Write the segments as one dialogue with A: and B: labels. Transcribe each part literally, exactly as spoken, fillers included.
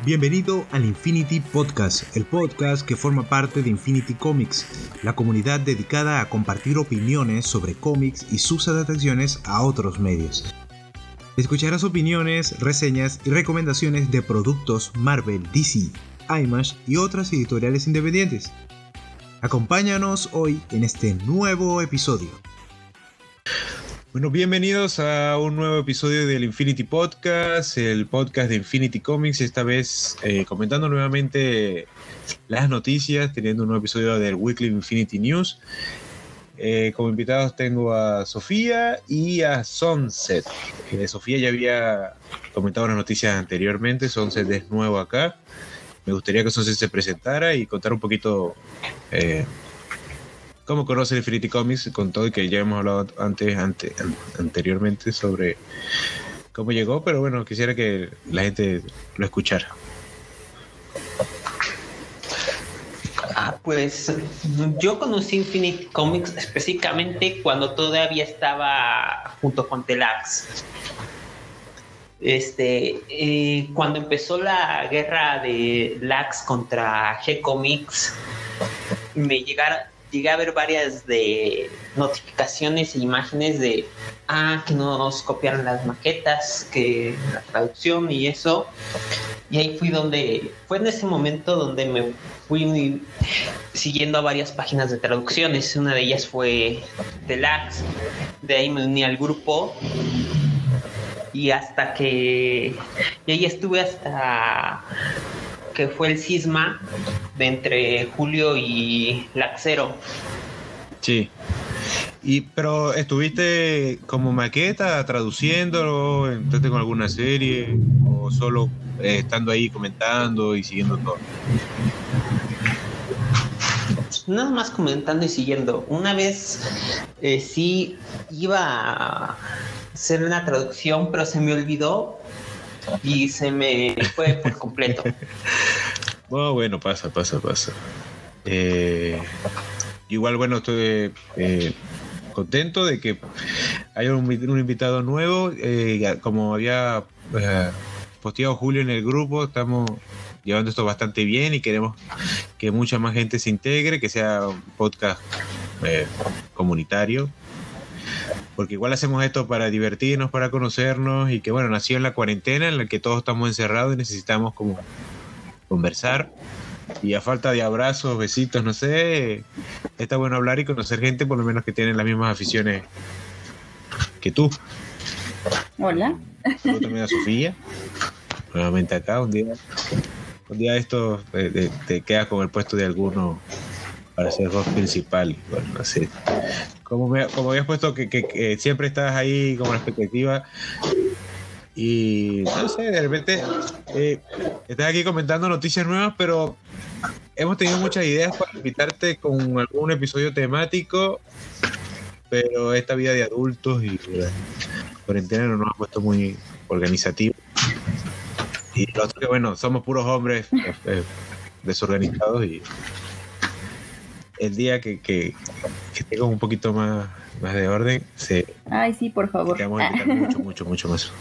A: Bienvenido al Infinity Podcast, el podcast que forma parte de Infinity Comics, la comunidad dedicada a compartir opiniones sobre cómics y sus adaptaciones a otros medios. Escucharás opiniones, reseñas y recomendaciones de productos Marvel, D C, Image y otras editoriales independientes. Acompáñanos hoy en este nuevo episodio. Bueno, bienvenidos a un nuevo episodio del Infinity Podcast, el podcast de Infinity Comics, esta vez eh, comentando nuevamente las noticias, teniendo un nuevo episodio del Weekly Infinity News. Eh, como invitados tengo a Sofía y a Sunset. Eh, Sofía ya había comentado las noticias anteriormente, Sunset es nuevo acá. Me gustaría que Sunset se presentara y contar un poquito... Eh, cómo conoce el Infinity Comics, con todo y que ya hemos hablado antes, ante, anteriormente sobre cómo llegó, pero bueno, quisiera que la gente lo escuchara.
B: Ah, pues yo conocí Infinity Comics específicamente cuando todavía estaba junto con Telax. Este, eh, cuando empezó la guerra de Lax contra G-Comics, me llegaron Llegué a ver varias de notificaciones e imágenes de ah, que nos copiaron las maquetas, que la traducción y eso. Y ahí fui donde, fue en ese momento donde me fui siguiendo a varias páginas de traducciones. Una de ellas fue Telax, de ahí me uní al grupo. Y hasta que, y ahí estuve hasta que fue el cisma de entre Julio y Laxero.
A: Sí. Y pero estuviste como maqueta traduciéndolo, entonces con alguna serie o solo eh, estando ahí comentando y siguiendo todo.
B: Nada más comentando y siguiendo. Una vez eh, sí iba a hacer una traducción, pero se me olvidó y se me fue por completo.
A: Oh, bueno, pasa, pasa, pasa. Eh, igual, bueno, estoy eh, contento de que haya un, un invitado nuevo. Eh, como había eh, posteado Julio en el grupo, estamos llevando esto bastante bien y queremos que mucha más gente se integre, que sea un podcast eh, comunitario. Porque igual hacemos esto para divertirnos, para conocernos y que bueno, nació en la cuarentena en la que todos estamos encerrados y necesitamos como conversar y a falta de abrazos, besitos, no sé, está bueno hablar y conocer gente por lo menos que tienen las mismas aficiones que tú.
C: Hola.
A: Saludo también a Sofía, nuevamente acá, un día un día esto eh, de, te quedas con el puesto de alguno para ser voz principal, bueno, no sé. Como, me, como habías puesto que, que, que siempre estás ahí como la expectativa y no sé, de repente eh, estás aquí comentando noticias nuevas, pero hemos tenido muchas ideas para invitarte con algún episodio temático, pero esta vida de adultos y la cuarentena no nos ha puesto muy organizativo y lo otro que bueno, somos puros hombres eh, eh, desorganizados y el día que, que, que tenga un poquito más, más de orden, se,
C: Ay, sí, por favor.
A: te vamos a invitar mucho, mucho, mucho más.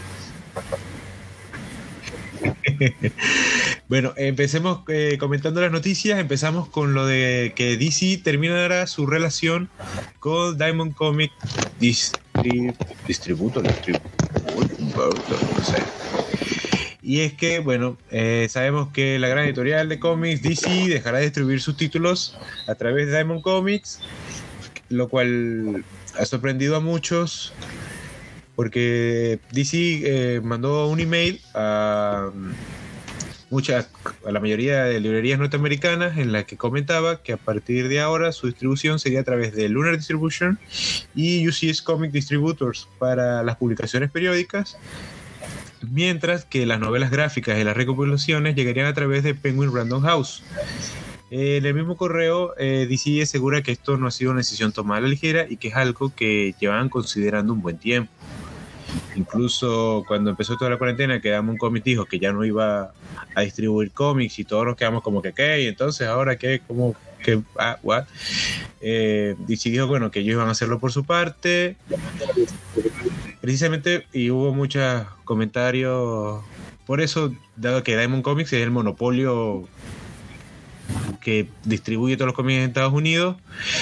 A: Bueno, empecemos eh, comentando las noticias. Empezamos con lo de que D C terminará su relación con Diamond Comic Distri- Distributor, Distributor, no sé. Y es que, bueno, eh, sabemos que la gran editorial de cómics, D C, dejará de distribuir sus títulos a través de Diamond Comics, lo cual ha sorprendido a muchos, porque D C eh, mandó un email a muchas, a la mayoría de librerías norteamericanas en la que comentaba que a partir de ahora su distribución sería a través de Lunar Distribution y U C S Comic Distributors para las publicaciones periódicas, mientras que las novelas gráficas y las recopilaciones llegarían a través de Penguin Random House. Eh, en el mismo correo, eh, D C asegura que esto no ha sido una decisión tomada a la ligera y que es algo que llevaban considerando un buen tiempo. Incluso cuando empezó toda la cuarentena, que Diamond Comics dijo que ya no iba a distribuir cómics y todos nos quedamos como que, ¿qué? Entonces, ¿ahora qué? ¿Cómo? ¿Qué? Ah, ¿what? Eh, D C dijo, bueno, que ellos iban a hacerlo por su parte. precisamente, y hubo muchos comentarios por eso, dado que Diamond Comics es el monopolio que distribuye todos los cómics en Estados Unidos,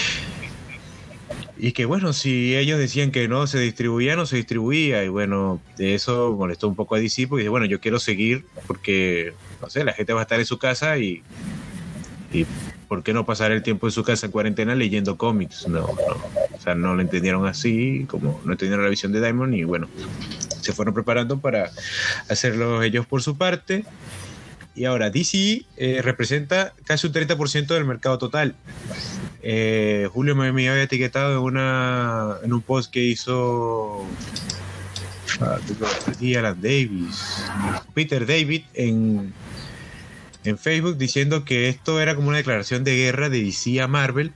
A: y que bueno, si ellos decían que no se distribuía, no se distribuía, y bueno, de eso molestó un poco a D C, porque dice, bueno, yo quiero seguir, porque, no sé, la gente va a estar en su casa, y, y ¿por qué no pasar el tiempo en su casa en cuarentena leyendo cómics? No, no, o sea, no lo entendieron así, como no entendieron la visión de Diamond, y bueno, se fueron preparando para hacerlo ellos por su parte. Y ahora D C eh, representa casi un treinta por ciento del mercado total. Eh, Julio me, me había etiquetado en una en un post que hizo uh, Alan Davis, Peter David en, en Facebook, diciendo que esto era como una declaración de guerra de D C a Marvel,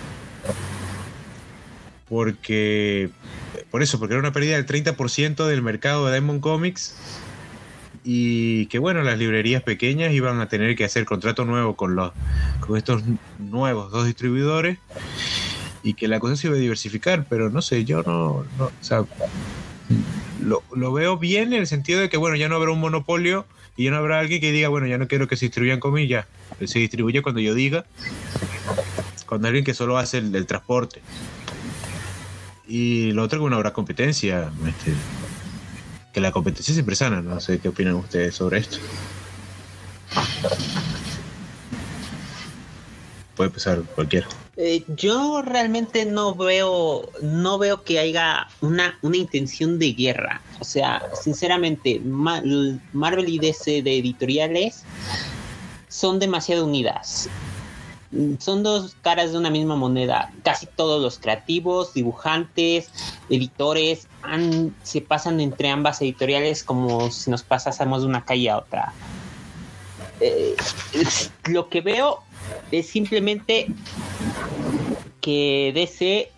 A: porque por eso, porque era una pérdida del treinta por ciento del mercado de Diamond Comics, y que bueno, las librerías pequeñas iban a tener que hacer contrato nuevo con los con estos nuevos dos distribuidores, y que la cosa se iba a diversificar, pero no sé, yo no, no o sea, lo, lo veo bien en el sentido de que bueno, ya no habrá un monopolio y ya no habrá alguien que diga, bueno, ya no quiero que se distribuyan cómics, ya se distribuye cuando yo diga, cuando alguien que solo hace el, el transporte. Y lo otro, que bueno, habrá competencia, este, que la competencia siempre es sana. No sé qué opinan ustedes sobre esto. Puede empezar cualquiera.
B: Eh, yo realmente no veo no veo que haya una, una intención de guerra. O sea, sinceramente, Ma- Marvel y D C de editoriales son demasiado unidas. Son dos caras de una misma moneda. Casi todos los creativos, dibujantes, editores han, se pasan entre ambas editoriales como si nos pasásemos de una calle a otra. Eh, es, lo que veo es simplemente que D C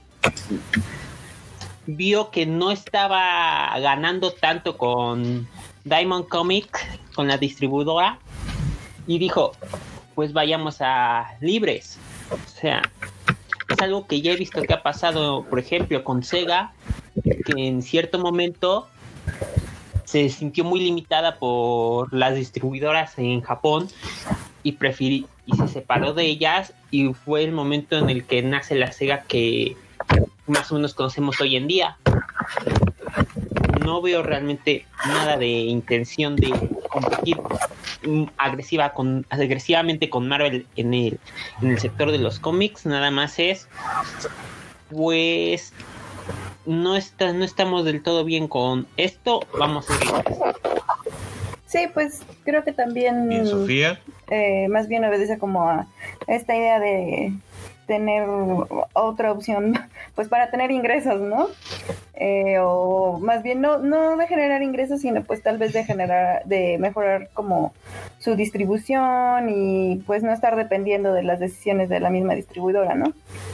B: vio que no estaba ganando tanto con Diamond Comics, con la distribuidora, y dijo, pues vayamos a libres. O sea, es algo que ya he visto que ha pasado, por ejemplo, con Sega, que en cierto momento se sintió muy limitada por las distribuidoras en Japón y prefirió y se separó de ellas, y fue el momento en el que nace la Sega que más o menos conocemos hoy en día. No veo realmente nada de intención de competir agresiva con agresivamente con Marvel en el en el sector de los cómics. Nada más es, pues no está no estamos del todo bien con esto, vamos a ver.
C: Sí, pues creo que también
A: Bien, Sofía.
C: Eh, más bien obedece como a esta idea de tener otra opción, pues para tener ingresos, ¿no? Eh, o más bien no, no de generar ingresos, sino pues tal vez de generar, de mejorar como su distribución, y pues no estar dependiendo de las decisiones de la misma distribuidora, ¿no?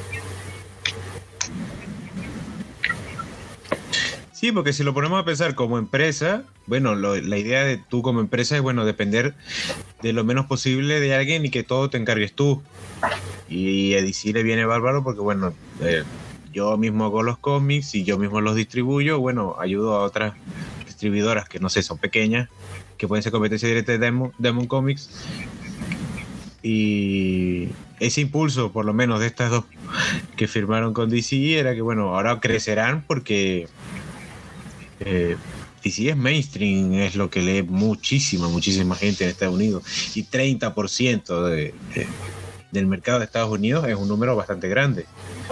A: Sí, porque si lo ponemos a pensar como empresa, bueno, lo, la idea de tú como empresa es, bueno, depender de lo menos posible de alguien y que todo te encargues tú. Y a D C le viene bárbaro porque, bueno, eh, yo mismo hago los cómics y yo mismo los distribuyo. Bueno, ayudo a otras distribuidoras que, no sé, son pequeñas, que pueden ser competencia directa de Diamond, Diamond Comics. Y ese impulso, por lo menos de estas dos que firmaron con D C, era que, bueno, ahora crecerán porque eh, D C es mainstream, es lo que lee muchísima, muchísima gente en Estados Unidos, y treinta por ciento de, de, del mercado de Estados Unidos es un número bastante grande.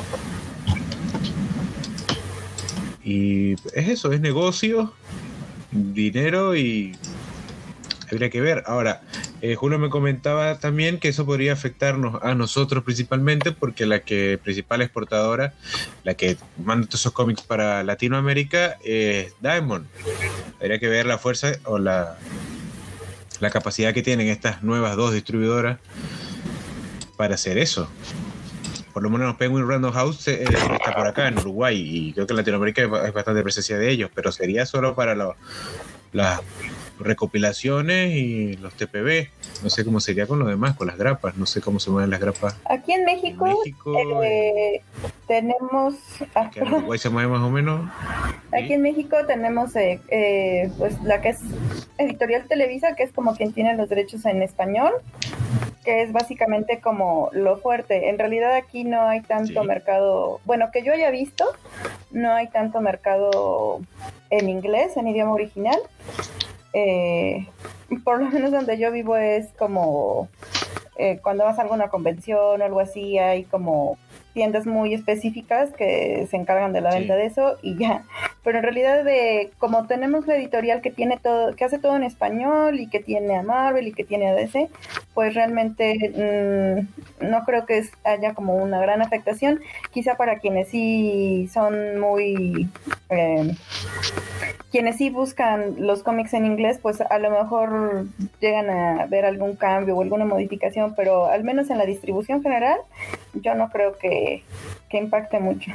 A: Y es eso, es negocio, dinero, y habría que ver. Ahora, eh, Julio me comentaba también que eso podría afectarnos a nosotros principalmente, porque la que principal exportadora, la que manda todos esos cómics para Latinoamérica, es Diamond. Habría que ver la fuerza o la, la capacidad que tienen estas nuevas dos distribuidoras para hacer eso. Por lo menos Penguin Random House eh, está por acá en Uruguay, y creo que en Latinoamérica hay bastante presencia de ellos, pero sería solo para lo, las recopilaciones y los T P B. no sé cómo sería con lo demás, con las grapas, no sé cómo se mueven las grapas.
C: Aquí en México,
A: En México,
C: eh, tenemos... ah,
A: que en Uruguay se mueve más o menos.
C: Aquí
A: ¿Sí?
C: en México tenemos eh, eh, pues la que es Editorial Televisa, que es como quien tiene los derechos en español, que es básicamente como lo fuerte. En realidad aquí no hay tanto
A: Sí.
C: mercado, bueno, que yo haya visto, no hay tanto mercado en inglés, en idioma original. Eh, por lo menos donde yo vivo es como eh, cuando vas a alguna convención o algo así, hay como tiendas muy específicas que se encargan de la
A: Sí.
C: venta de eso y ya. Pero en realidad, de como tenemos la editorial que tiene todo, que hace todo en español y que tiene a Marvel y que tiene a D C, pues realmente mmm, no creo que es, haya como una gran afectación. Quizá para quienes sí son muy eh, quienes sí buscan los cómics en inglés, pues a lo mejor llegan a ver algún cambio o alguna modificación, pero al menos en la distribución general, yo no creo que, que impacte mucho.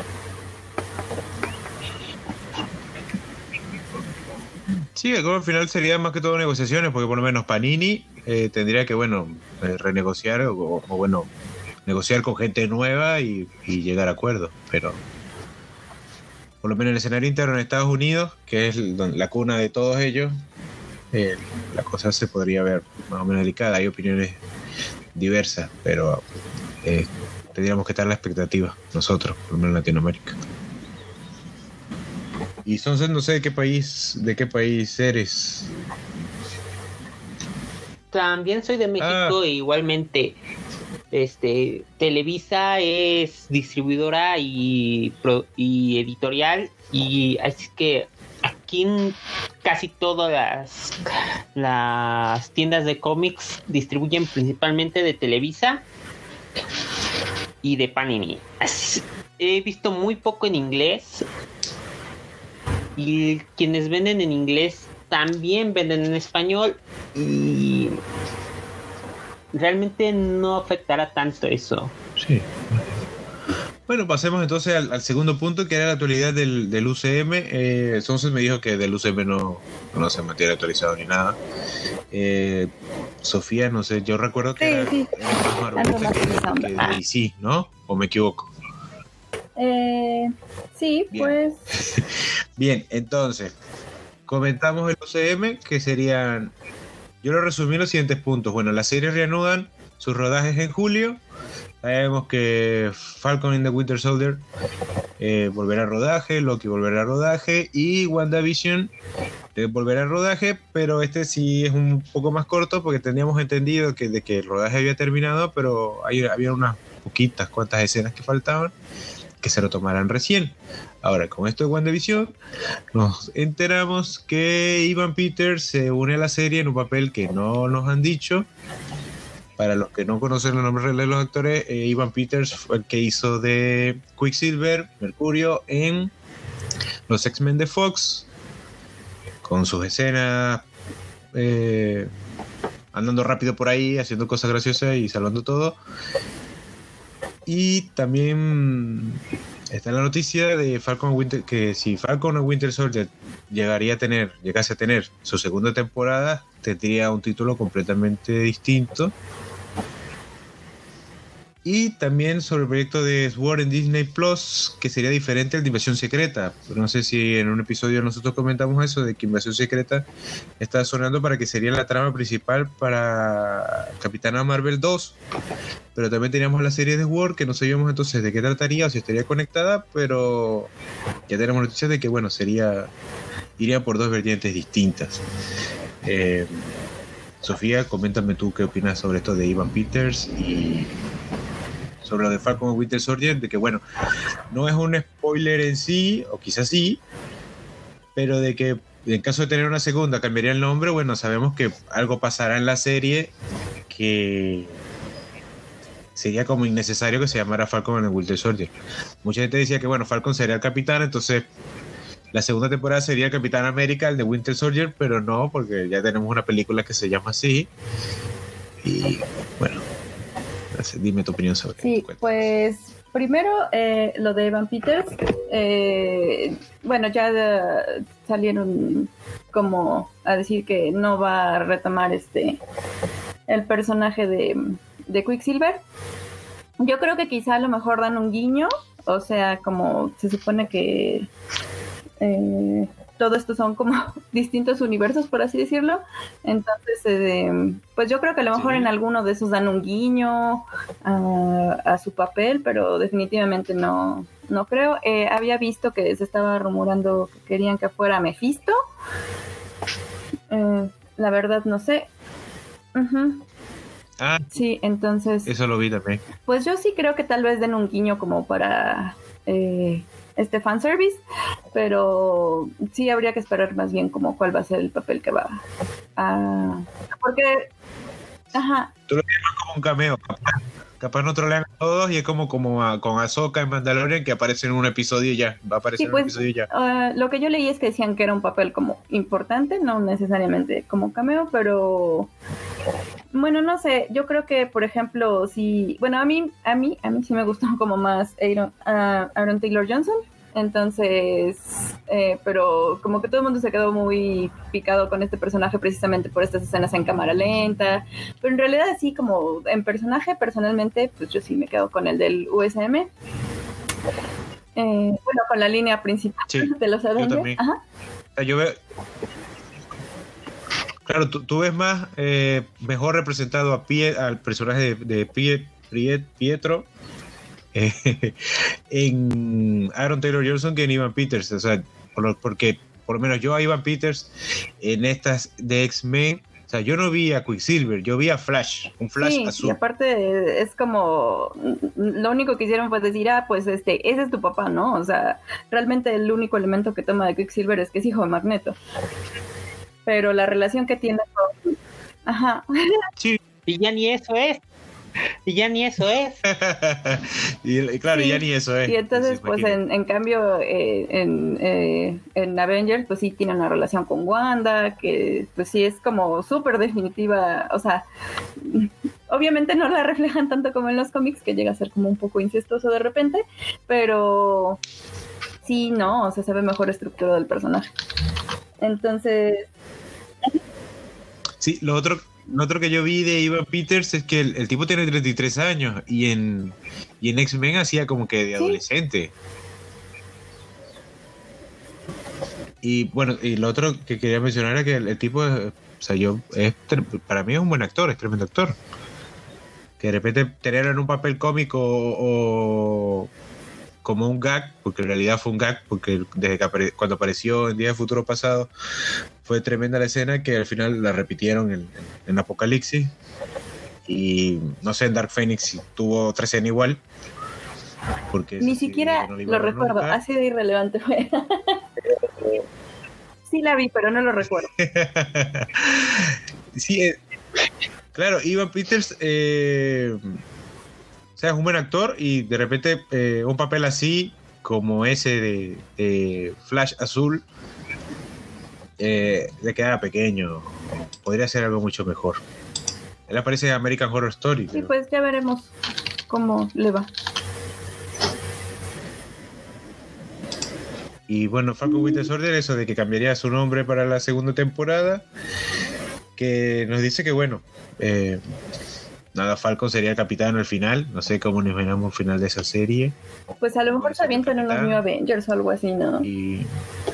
A: Sí, como al final sería más que todo negociaciones, porque por lo menos Panini eh, tendría que, bueno, eh, renegociar o, o, bueno, negociar con gente nueva y, y llegar a acuerdos, pero por lo menos en el escenario interno en Estados Unidos, que es la cuna de todos ellos, eh, la cosa se podría ver más o menos delicada. Hay opiniones diversas, pero eh, tendríamos que estar a la expectativa nosotros, por lo menos en Latinoamérica. Y son, no sé de qué país, de qué país eres.
B: También soy de México
A: Ah.
B: e igualmente este Televisa es distribuidora y, pro, y editorial, y así que aquí en casi todas las, las tiendas de cómics distribuyen principalmente de Televisa y de Panini. Así, he visto muy poco en inglés, y quienes venden en inglés también venden en español, y realmente no afectará tanto eso.
A: Sí. Bueno, pasemos entonces al, al segundo punto, que era la actualidad del, del U C M. Eh, entonces me dijo que del U C M no, no se mantiene actualizado ni nada. Eh, Sofía, no sé, yo recuerdo que
C: Sí,
A: era,
C: sí.
A: era más Marvelita que, que de D C, ¿no? ¿O me equivoco?
C: Eh, sí,
A: Bien.
C: pues...
A: Bien, entonces, comentamos el U C M, que serían... Yo lo resumí en los siguientes puntos. Bueno, las series reanudan sus rodajes en julio. Sabemos que Falcon and the Winter Soldier eh, volverá a rodaje, Loki volverá a rodaje y WandaVision eh, volverá a rodaje, pero este sí es un poco más corto porque teníamos entendido que, de que el rodaje había terminado, pero hay, había unas poquitas cuantas escenas que faltaban que se lo tomarán recién. Ahora, con esto de WandaVision, nos enteramos que Evan Peters se une a la serie en un papel que no nos han dicho. Para los que no conocen los nombres de los actores, eh, Evan Peters fue el que hizo de Quicksilver, Mercurio, en los X-Men de Fox, con sus escenas eh, andando rápido por ahí, haciendo cosas graciosas y salvando todo. Y también está la noticia de Falcon Winter, que si Falcon o Winter Soldier llegaría a tener, llegase a tener su segunda temporada, tendría un título completamente distinto. Y también sobre el proyecto de Sword en Disney Plus, que sería diferente al de Invasión Secreta. No sé si en un episodio nosotros comentamos eso, de que Invasión Secreta está sonando para que sería la trama principal para Capitana Marvel dos. Pero también teníamos la serie de Sword, que no sabíamos entonces de qué trataría o si estaría conectada, pero ya tenemos noticias de que, bueno, sería iría por dos vertientes distintas. Eh, Sofía, coméntame tú qué opinas sobre esto de Evan Peters y sobre lo de Falcon Winter Soldier, de que bueno, no es un spoiler en sí, o quizás sí, pero de que en caso de tener una segunda cambiaría el nombre. Bueno, sabemos que algo pasará en la serie que sería como innecesario que se llamara Falcon and Winter Soldier. Mucha gente decía que bueno, Falcon sería el capitán, entonces la segunda temporada sería el Capitán América, el de Winter Soldier, pero no, porque ya tenemos una película que se llama así. Y bueno, dime tu opinión sobre
C: sí,
A: esto.
C: Pues primero eh, lo de Evan Peters. Eh, bueno, ya de, salieron como a decir que no va a retomar este el personaje de, de Quicksilver. Yo creo que quizá a lo mejor dan un guiño, o sea, como se supone que eh, todo esto son como distintos universos, por así decirlo. Entonces, eh, pues yo creo que a lo mejor sí. En alguno de esos dan un guiño a, a su papel, pero definitivamente no, no creo. Eh, había visto que se estaba rumorando que querían que fuera Mephisto. Eh, la verdad no sé. Uh-huh.
A: Ah,
C: sí, entonces...
A: Eso lo vi también.
C: Pues yo sí creo que tal vez den un guiño como para eh, este fanservice, pero sí habría que esperar más bien como cuál va a ser el papel que va a... Porque... Ajá.
A: Tú lo llamas como un cameo, capaz, capaz no trolean a todos y es como, como a, con Ahsoka en Mandalorian que aparece en un episodio y ya, va a aparecer
C: sí, pues,
A: en un episodio y ya.
C: Uh, lo que yo leí es que decían que era un papel como importante, no necesariamente como cameo, pero... Bueno, no sé, yo creo que, por ejemplo, si... Bueno, a mí a mí, a mí sí me gustó como más Aaron, uh, Aaron Taylor Johnson, entonces... Eh, pero como que todo el mundo se quedó muy picado con este personaje precisamente por estas escenas en cámara lenta, pero en realidad así como en personaje, personalmente, pues yo sí me quedo con el del U S M. Eh, bueno, con la línea principal
A: sí,
C: de los Avengers.
A: Yo también.
C: Ajá.
A: Yo veo... Claro, tú, tú ves más eh, mejor representado a Pie, al personaje de, de Pie, Pie, Pietro eh, en Aaron Taylor Johnson que en Evan Peters, o sea, por, porque por lo menos yo a Evan Peters en estas de X-Men, o sea, yo no vi a Quicksilver, yo vi a Flash, un Flash
C: sí,
A: azul.
C: Y aparte es como lo único que hicieron fue decir, ah, pues este, ese es tu papá, ¿no? O sea, realmente el único elemento que toma de Quicksilver es que es hijo de Magneto. Pero la relación que tiene con... Ajá.
B: Sí. Y ya ni eso es. Y ya ni eso es.
A: y claro,
C: sí.
A: ya ni eso es.
C: Y entonces, pues en, en cambio, eh, en, eh, en Avengers, pues sí tiene una relación con Wanda, que pues sí es como súper definitiva. O sea, obviamente no la reflejan tanto como en los cómics, que llega a ser como un poco incestuoso de repente, pero sí, no, o sea, se ve mejor estructura del personaje. Entonces...
A: Sí, lo otro, lo otro que yo vi de Evan Peters es que el, el tipo tiene treinta y tres años y en, y en X-Men hacía como que de adolescente. ¿Sí? Y bueno, y lo otro que quería mencionar era que el, el tipo, es, o sea, yo, es, para mí es un buen actor, es tremendo actor. Que de repente tenerlo en un papel cómico o... como un gag, porque en realidad fue un gag, porque desde que apare- cuando apareció en Día de Futuro Pasado fue tremenda la escena que al final la repitieron en, en Apocalipsis y no sé, en Dark Phoenix tuvo otra escena igual, porque
C: ni siquiera no lo recuerdo, nunca. Así de irrelevante fue. Sí la vi, pero no lo recuerdo.
A: Sí, eh, claro, Evan Peters eh, o sea, es un buen actor y de repente eh, un papel así como ese de, de Flash azul eh, le queda pequeño. Podría ser algo mucho mejor. Él aparece en American Horror Story.
C: Sí, pero... pues ya veremos cómo le va.
A: Y bueno, Falcon Winter Soldier, eso de que cambiaría su nombre para la segunda temporada, que nos dice que bueno... Eh, nada, Falcon sería el capitán al final. No sé cómo nos imaginamos el final de esa serie.
C: Pues a lo mejor se avientan unos New Avengers o algo así, ¿no?
A: Y...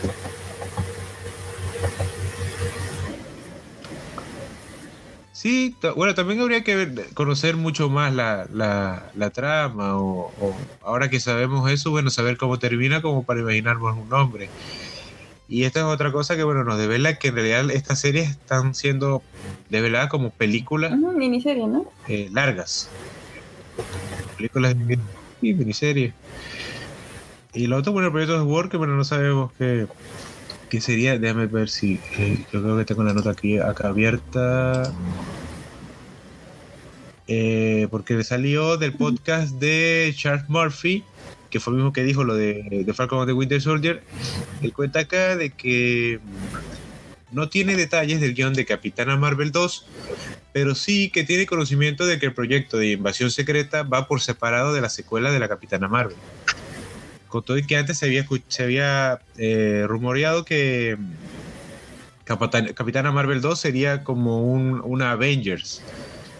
A: sí, t- bueno, también habría que ver, conocer mucho más la, la, la trama. O, o ahora que sabemos eso, bueno, saber cómo termina, como para imaginarnos un nombre. Y esta es otra cosa que, bueno, nos devela que en realidad estas series están siendo develadas como películas.
C: Uh-huh, miniserie, ¿no?
A: Eh, largas. Películas y miniseries. Y lo otro, bueno, el proyecto de Word, que bueno, no sabemos qué, qué sería. Déjame ver si... Eh, yo creo que tengo la nota aquí acá abierta. Eh, porque salió del podcast de Charles Murphy, que fue el mismo que dijo lo de, de Falcon and the Winter Soldier. Él cuenta acá de que no tiene detalles del guión de Capitana Marvel dos, pero sí que tiene conocimiento de que el proyecto de Invasión Secreta va por separado de la secuela de la Capitana Marvel. Con todo y que antes se había, se había eh, rumoreado que Capitana, Capitana Marvel dos sería como un, una Avengers,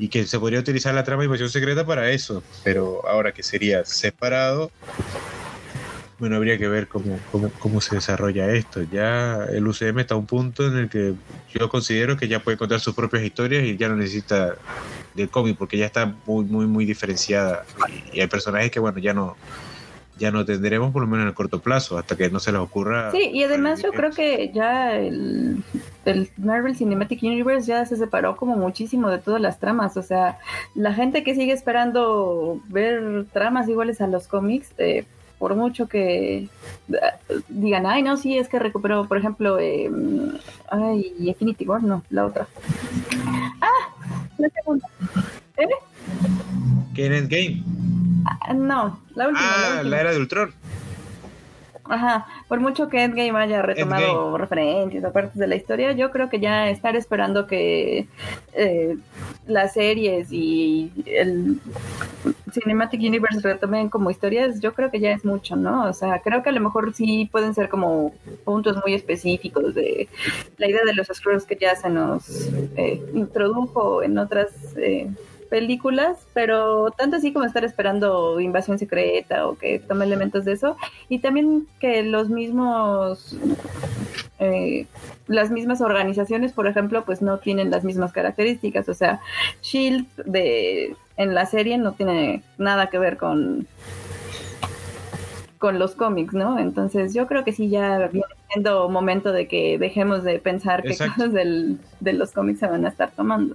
A: y que se podría utilizar la trama de Invasión Secreta para eso, pero ahora que sería separado, bueno, habría que ver cómo, cómo, cómo se desarrolla esto. Ya el U C M está a un punto en el que yo considero que ya puede contar sus propias historias y ya no necesita del cómic, porque ya está muy, muy, muy diferenciada. Y, y hay personajes que, bueno, ya no ya no tendremos por lo menos en el corto plazo, hasta que no se les ocurra.
C: Sí, y además yo creo que ya el, el Marvel Cinematic Universe ya se separó como muchísimo de todas las tramas. O sea, la gente que sigue esperando ver tramas iguales a los cómics, eh, por mucho que digan, ay, no, sí, es que recuperó, por ejemplo, eh, ay, Infinity War, no, la otra. Ah, la segunda. ¿Eh?
A: ¿Qué en Endgame?
C: Ah, no, la última.
A: Ah,
C: la, última.
A: la era de Ultron.
C: Ajá, por mucho que Endgame haya retomado
A: Endgame.
C: referencias a partes de la historia, yo creo que ya estar esperando que eh, las series y el Cinematic Universe retomen como historias, yo creo que ya es mucho, ¿no? O sea, creo que a lo mejor sí pueden ser como puntos muy específicos de la idea de los Skrulls que ya se nos eh, introdujo en otras eh, películas, pero tanto así como estar esperando Invasión Secreta o que tome elementos de eso, y también que los mismos eh, las mismas organizaciones, por ejemplo, pues no tienen las mismas características. O sea, Shield de en la serie no tiene nada que ver con con los cómics, ¿no? Entonces yo creo que sí ya viene siendo momento de que dejemos de pensar que cosas del, de los cómics se van a estar tomando.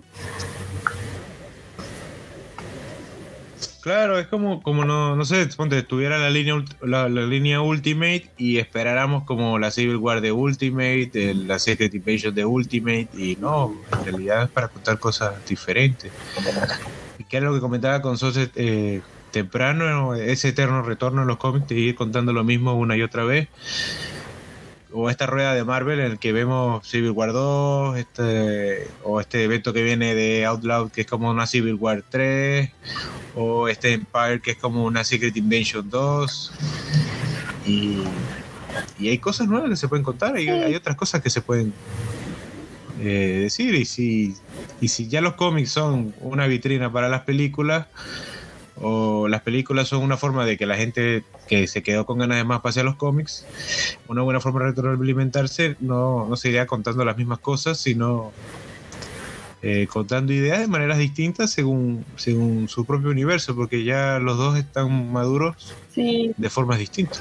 A: Claro, es como, como no, no sé, ponte, tuviera la línea la, la línea Ultimate y esperáramos como la Civil War de Ultimate, el, la Secret Invasion de Ultimate, y no, en realidad es para contar cosas diferentes. Y que era lo que comentaba con Sose eh, temprano, ese eterno retorno en los cómics de ir contando lo mismo una y otra vez. O esta rueda de Marvel en el que vemos Civil War dos, este, o este evento que viene de Outlaw que es como una Civil War tres, o este Empire que es como una Secret Invasion dos, y, y hay cosas nuevas que se pueden contar, y hay otras cosas que se pueden eh, decir, y si, y si ya los cómics son una vitrina para las películas, o las películas son una forma de que la gente que se quedó con ganas de más pase a los cómics, una buena forma de retroalimentarse, no, no sería contando las mismas cosas, sino eh, contando ideas de maneras distintas según, según su propio universo, porque ya los dos están maduros
C: sí.
A: de formas distintas.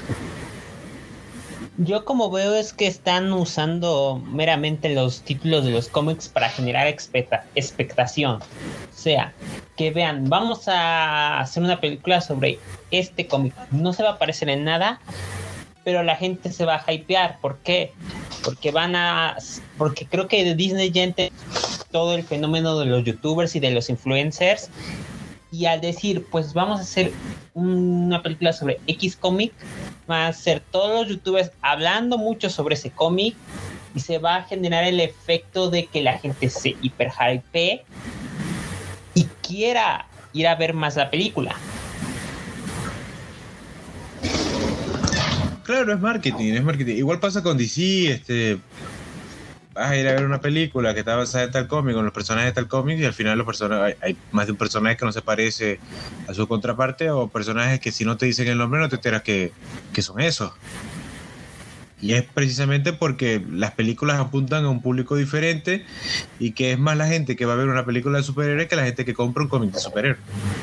B: Yo como veo es que están usando meramente los títulos de los cómics para generar expecta- expectación. O sea, que vean, vamos a hacer una película sobre este cómic. No se va a parecer en nada, pero la gente se va a hypear. ¿Por qué? Porque van a... Porque creo que de Disney ya entiende todo el fenómeno de los youtubers y de los influencers. Y al decir, pues vamos a hacer una película sobre X cómic, van a ser todos los youtubers hablando mucho sobre ese cómic y se va a generar el efecto de que la gente se hiperhypee y quiera ir a ver más la película.
A: Claro, es marketing, es marketing. Igual pasa con D C, este... vas a ir a ver una película que está basada en tal cómic, con los personajes de tal cómic, y al final los personajes, hay, hay más de un personaje que no se parece a su contraparte, o personajes que si no te dicen el nombre no te enteras que, que son esos. Y es precisamente porque las películas apuntan a un público diferente, y que es más la gente que va a ver una película de superhéroes que la gente que compra un cómic de superhéroes.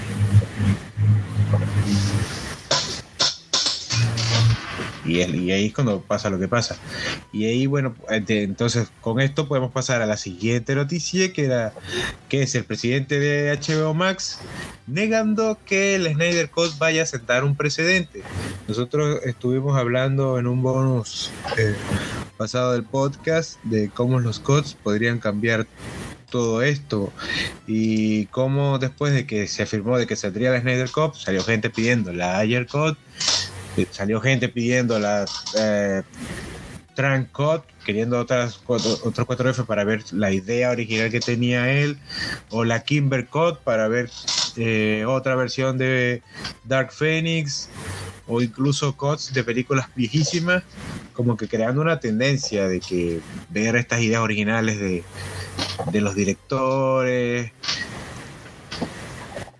A: Y, es, y ahí es cuando pasa lo que pasa. Y ahí, bueno, entonces con esto podemos pasar a la siguiente noticia, que era que es el presidente de H B O Max negando que el Snyder Cut vaya a sentar un precedente. Nosotros estuvimos hablando en un bonus eh, pasado del podcast de cómo los cuts podrían cambiar todo esto, y cómo después de que se afirmó de que saldría el Snyder Cut, salió gente pidiendo la Ayer Cut, salió gente pidiendo la eh, Trunk Cut, queriendo otras otros cuatro F para ver la idea original que tenía él, o la Kimber Cut para ver eh, otra versión de Dark Phoenix, o incluso cuts de películas viejísimas, como que creando una tendencia de que ver estas ideas originales de, de los directores,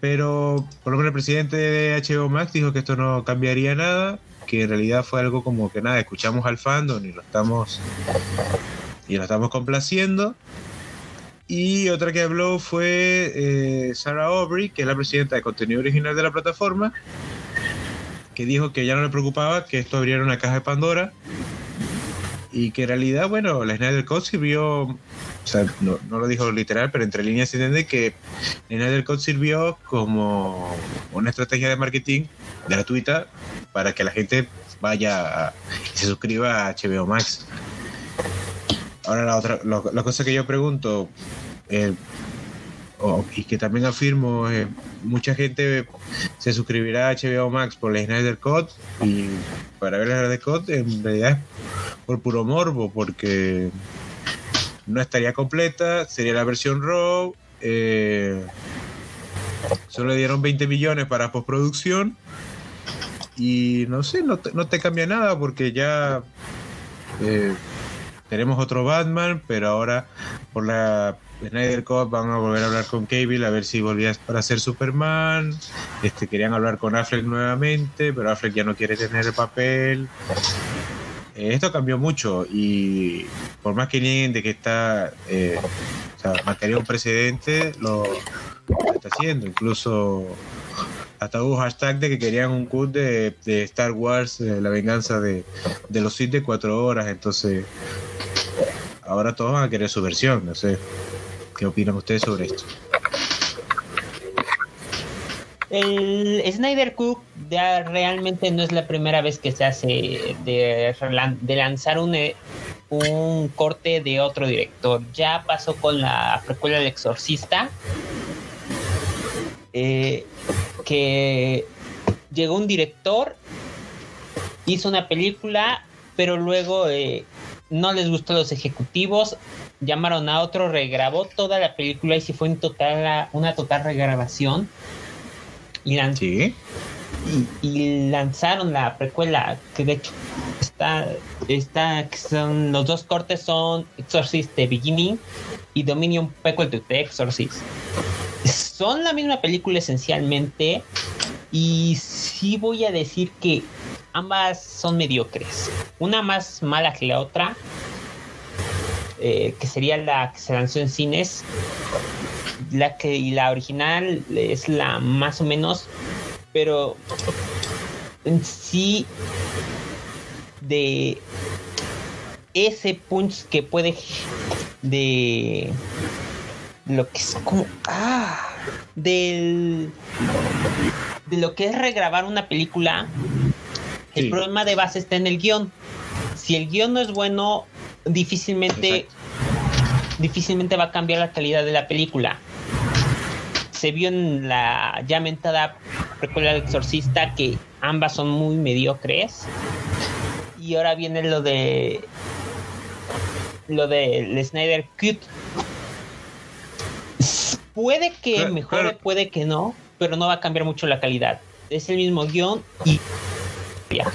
A: pero por lo menos el presidente de H B O Max dijo que esto no cambiaría nada, que en realidad fue algo como que nada, escuchamos al fandom y lo estamos y lo estamos complaciendo. Y otra que habló fue eh, Sarah Aubrey, que es la presidenta de contenido original de la plataforma, que dijo que ya no le preocupaba que esto abriera una caja de Pandora y que en realidad, bueno, la Snyder Cut sirvió, o sea, no, no lo dijo literal, pero entre líneas se entiende que la Snyder Cut sirvió como una estrategia de marketing gratuita para que la gente vaya a, y se suscriba a H B O Max. Ahora la otra, lo, la cosa que yo pregunto, eh, oh, y que también afirmo, eh, mucha gente se suscribirá a H B O Max por la Snyder Cut, y para ver la Snyder Cut en realidad es por puro morbo, porque no estaría completa, sería la versión RAW, eh, solo le dieron veinte millones para postproducción y no sé, no te, no te cambia nada porque ya eh, tenemos otro Batman, pero ahora por la Snyder Cut van a volver a hablar con Cavill a ver si volvía para ser Superman. Este, querían hablar con Affleck nuevamente, pero Affleck ya no quiere tener el papel. Eh, esto cambió mucho y por más que nieguen de que está, eh, o sea, marcaría un precedente, lo, lo está haciendo. Incluso hasta hubo hashtag de que querían un cut de, de Star Wars, eh, la venganza de, de los Sith de cuatro horas. Entonces ahora todos van a querer su versión. No sé, ¿qué opinan ustedes sobre esto?
B: El Snyder Cut ya realmente no es la primera vez que se hace de, de lanzar un, un corte de otro director. Ya pasó con la precuela del Exorcista, eh, que llegó un director, hizo una película, pero luego eh, no les gustó a los ejecutivos, llamaron a otro, regrabó toda la película y se fue en total, una total regrabación. Y, lan-
A: ¿Sí?
B: y, y lanzaron la precuela, que de hecho está, está que son, los dos cortes son Exorcist The Beginning y Dominion Prequel to The Exorcist. Son la misma película esencialmente, y sí voy a decir que ambas son mediocres, una más mala que la otra, eh, que sería la que se lanzó en cines. La que y la original es la más o menos, pero en sí de ese punch que puede de lo que es como ah del de lo que es regrabar una película. El sí. problema de base está en el guión. Si el guión no es bueno, difícilmente Exacto. difícilmente va a cambiar la calidad de la película. Se vio en la ya mentada precuela del Exorcista que ambas son muy mediocres, y ahora viene lo de lo de el Snyder Cut. Puede que claro, mejore, claro. puede que no, pero no va a cambiar mucho la calidad. Es el mismo guión y ya.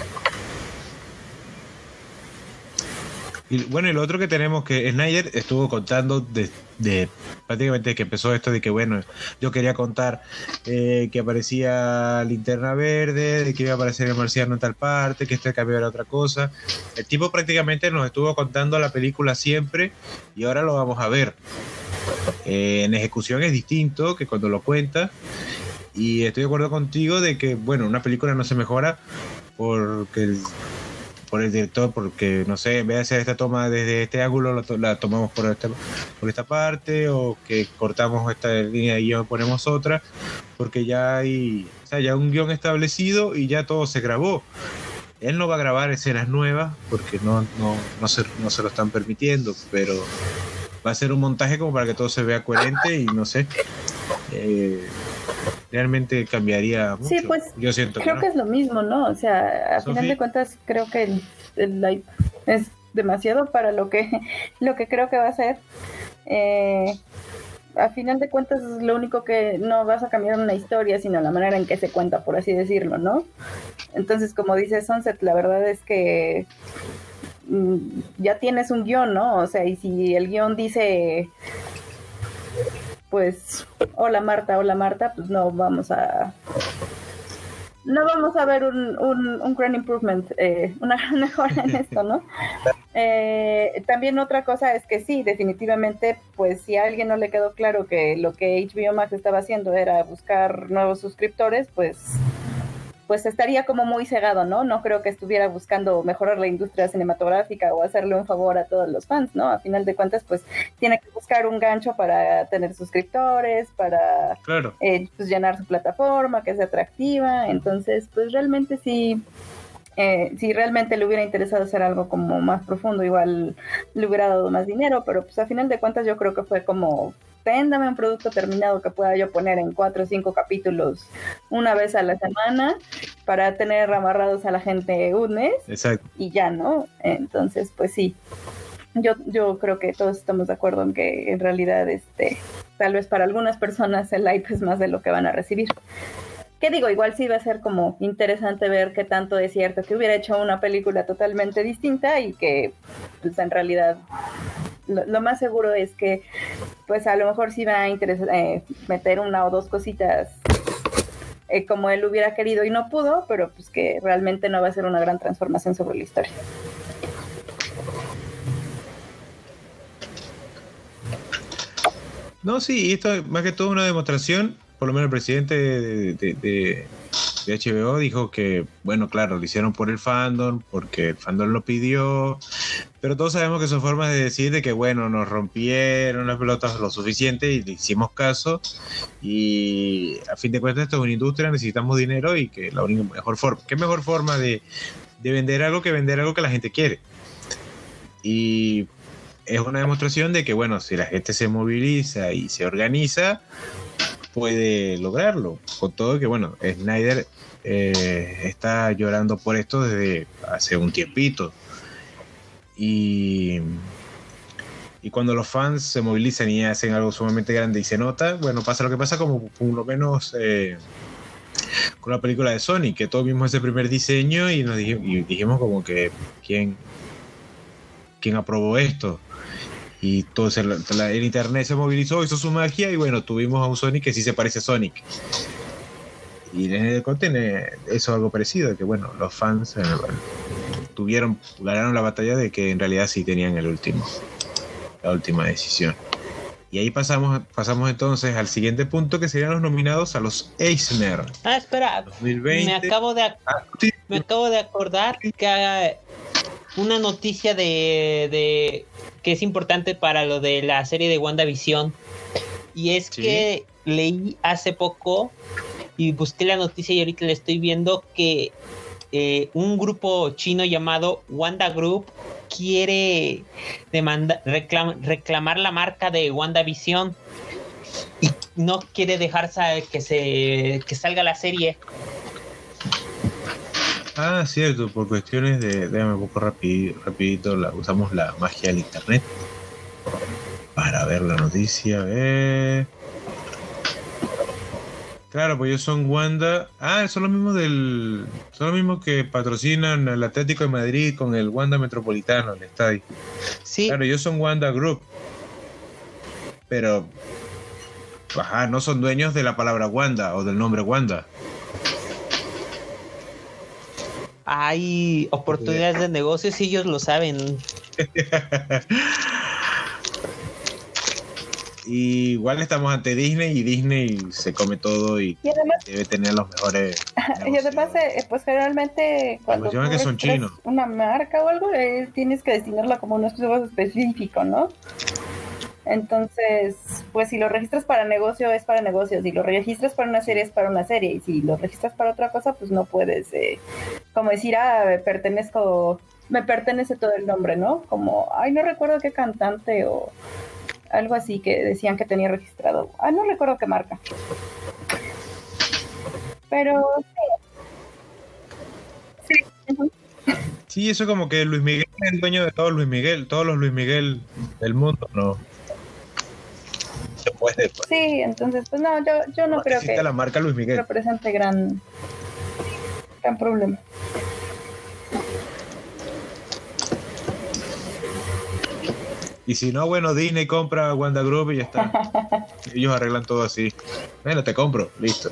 A: Y bueno, y lo otro que tenemos, que Snyder estuvo contando de, de prácticamente que empezó esto de que bueno, yo quería contar eh, que aparecía Linterna Verde, de que iba a aparecer el marciano en tal parte, que este cambio era otra cosa. El tipo prácticamente nos estuvo contando la película siempre y ahora lo vamos a ver. Eh, en ejecución es distinto que cuando lo cuenta, y estoy de acuerdo contigo de que bueno, una película no se mejora porque el por el director, porque no sé, en vez de hacer esta toma desde este ángulo, la, to- la tomamos por esta, por esta parte, o que cortamos esta línea de guión y ponemos otra, porque ya hay, o sea, ya un guión establecido y ya todo se grabó. Él no va a grabar escenas nuevas porque no, no, no, se, no se lo están permitiendo, pero va a ser un montaje como para que todo se vea coherente y no sé. Eh, realmente cambiaría mucho.
C: Sí, pues
A: yo siento
C: creo
A: que,
C: que
A: no.
C: es lo mismo, ¿no? O sea, a
A: Sophie.
C: final de cuentas creo que el, el live es demasiado para lo que lo que creo que va a ser. Eh, a final de cuentas lo único que no vas a cambiar una historia, sino la manera en que se cuenta, por así decirlo, ¿no? Entonces, como dice Sunset, la verdad es que mm, ya tienes un guión, ¿no? O sea, y si el guión dice pues, hola Marta, hola Marta, pues no vamos a... No vamos a ver un, un, un gran improvement, eh, una gran mejora en esto, ¿no? Eh, también otra cosa es que sí, definitivamente, pues si a alguien no le quedó claro que lo que H B O Max estaba haciendo era buscar nuevos suscriptores, pues pues estaría como muy cegado, ¿no? No creo que estuviera buscando mejorar la industria cinematográfica o hacerle un favor a todos los fans, ¿no? A final de cuentas, pues tiene que buscar un gancho para tener suscriptores, para
A: claro.
C: eh, pues, llenar su plataforma, que sea atractiva. Entonces, pues realmente sí, eh, si realmente le hubiera interesado hacer algo como más profundo, igual le hubiera dado más dinero, pero pues a final de cuentas yo creo que fue como... véndame un producto terminado que pueda yo poner en cuatro o cinco capítulos una vez a la semana para tener amarrados a la gente un mes.
A: Exacto.
C: Y ya, ¿no? Entonces, pues sí, yo, yo creo que todos estamos de acuerdo en que en realidad este, tal vez para algunas personas el hype es más de lo que van a recibir. ¿Qué digo? Igual sí va a ser como interesante ver qué tanto es cierto que hubiera hecho una película totalmente distinta y que pues en realidad lo, lo más seguro es que pues a lo mejor sí va a interesar eh, meter una o dos cositas eh, como él hubiera querido y no pudo, pero pues que realmente no va a ser una gran transformación sobre la historia.
A: No, sí, esto es más que todo una demostración. Por lo menos el presidente de, de, de, de H B O dijo que, bueno, claro, lo hicieron por el fandom, porque el fandom lo pidió, pero todos sabemos que son formas de decir de que, bueno, nos rompieron las pelotas lo suficiente y le hicimos caso, y a fin de cuentas esto es una industria, necesitamos dinero y que la única mejor forma, ¿qué mejor forma de, de vender algo que vender algo que la gente quiere? Y es una demostración de que, bueno, si la gente se moviliza y se organiza, puede lograrlo, con todo que, bueno, Snyder eh, está llorando por esto desde hace un tiempito y, y cuando los fans se movilizan y hacen algo sumamente grande y se nota, bueno, pasa lo que pasa como por lo menos eh, con la película de Sonic, que todos vimos ese primer diseño y nos dijimos, y dijimos como que ¿quién, quién aprobó esto? Y todo el, el internet se movilizó, hizo su magia y bueno, tuvimos a un Sonic que sí se parece a Sonic. Y en el tiene eso algo parecido, que bueno, los fans eh, tuvieron, ganaron la batalla de que en realidad sí tenían el último, la última decisión. Y ahí pasamos, pasamos entonces al siguiente punto, que serían los nominados a los Eisner.
B: Ah, espera, dos mil veinte. Me acabo de, ah, sí. me acabo de acordar que una noticia de, de que es importante para lo de la serie de WandaVision, y es ¿sí? que leí hace poco y busqué la noticia y ahorita la estoy viendo que eh, un grupo chino llamado Wanda Group quiere demanda, reclam, reclamar la marca de WandaVision y no quiere dejar que se que salga la serie.
A: Ah, cierto, por cuestiones de... Déjame un poco rapidito, rapidito la, usamos la magia del internet para ver la noticia. A ver... Claro, pues ellos son Wanda... Ah, son los mismos del... Son los mismos que patrocinan el Atlético de Madrid con el Wanda Metropolitano, el estadio.
B: Sí.
A: Claro, ellos son Wanda Group. Pero... Ajá, no son dueños de la palabra Wanda o del nombre Wanda.
B: Hay oportunidades de negocios y ellos lo saben.
A: Y igual estamos ante Disney y Disney se come todo y,
C: y además,
A: debe tener los mejores
C: y además eh, pues generalmente cuando
A: tú que son chinos.
C: Una marca o algo eh, tienes que destinarla como un estudio específico, ¿no? Entonces, pues si lo registras para negocio es para negocio, si lo registras para una serie es para una serie, y si lo registras para otra cosa, pues no puedes, eh, como decir, ah, me pertenezco, me pertenece todo el nombre, ¿no? Como, ay, no recuerdo qué cantante o algo así que decían que tenía registrado. Ah, no recuerdo qué marca. Pero sí. Sí. Uh-huh.
A: Sí, eso como que Luis Miguel es el dueño de todos Luis Miguel, todos los Luis Miguel del mundo, ¿no? Se puede, pues.
C: Sí, entonces, pues no, yo, yo no, no creo que
A: la marca Luis Miguel
C: represente gran, gran problema.
A: Y si no, bueno, Disney compra Wanda Group y ya está. Ellos arreglan todo así. Bueno, te compro, listo.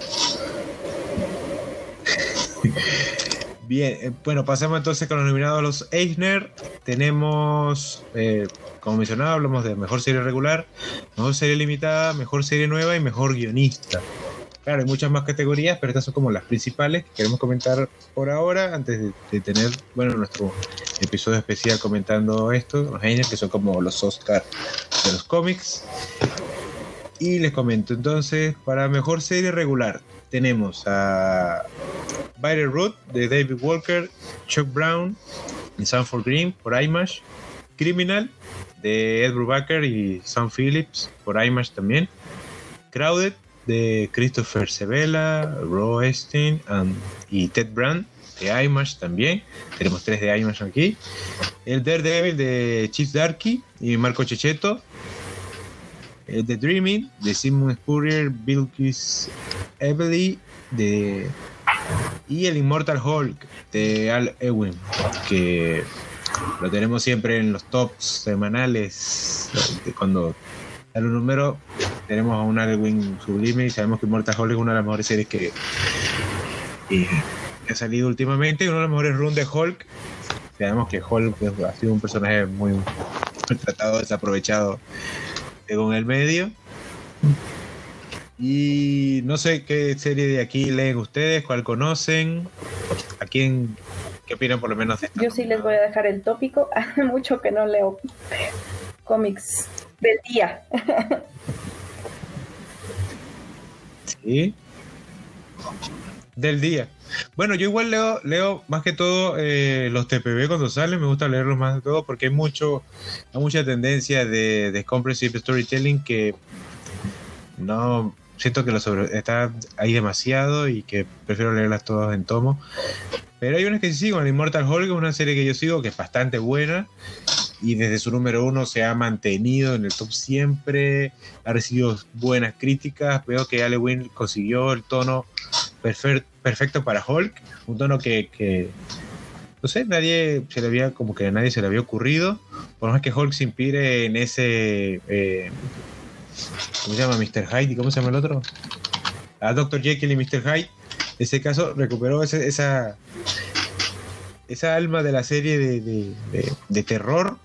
A: Bien, eh, bueno, pasemos entonces con los nominados a los Eisner. Tenemos, eh, como mencionaba, hablamos de mejor serie regular, mejor serie limitada, mejor serie nueva y mejor guionista. Claro, hay muchas más categorías, pero estas son como las principales que queremos comentar por ahora, antes de, de tener, bueno, nuestro episodio especial comentando esto, los Eisner, que son como los Oscar de los cómics. Y les comento, entonces, para mejor serie regular, tenemos a Byron Root de David Walker, Chuck Brown y Sanford Green por IMAX, Criminal de Ed Brubaker y Sam Phillips por IMAX también, Crowded de Christopher Sebela, Ro Epstein and, y Ted Brand de IMAX también. Tenemos tres de IMAX aquí. El Daredevil de Chip Zdarsky y Marco Checchetto. El The Dreaming de Simon Spurrier, Bilquis Evely de y el Immortal Hulk de Al Ewing, que lo tenemos siempre en los tops semanales. Cuando a los números tenemos a un Al Ewing sublime y sabemos que Immortal Hulk es una de las mejores series que eh, ha salido últimamente, y uno de los mejores runs de Hulk. Sabemos que Hulk ha sido un personaje muy, muy tratado, desaprovechado según el medio. Y no sé qué serie de aquí leen ustedes, cuál conocen, a quién, qué opinan por lo menos de esta.
C: Yo sí les voy a dejar el tópico. Hace mucho que no leo cómics del día.
A: Sí, del día. Bueno, yo igual leo, leo más que todo eh, los T P B cuando salen, me gusta leerlos más de todo porque hay mucho, hay mucha tendencia de, de comprehensive storytelling que no siento que lo sobre, está ahí demasiado y que prefiero leerlas todas en tomo. Pero hay unas que sí sigo, el Immortal Hulk es una serie que yo sigo que es bastante buena y desde su número uno se ha mantenido en el top siempre, ha recibido buenas críticas. Veo que Al Ewing consiguió el tono perfe- perfecto para Hulk, un tono que, que no sé, nadie se le había, como que a nadie se le había ocurrido, por más que Hulk se inspire en ese eh, ¿cómo se llama? mister Hyde, ¿y cómo se llama el otro? A doctor Jekyll y mister Hyde. En ese caso recuperó ese, esa esa alma de la serie de, de, de, de terror,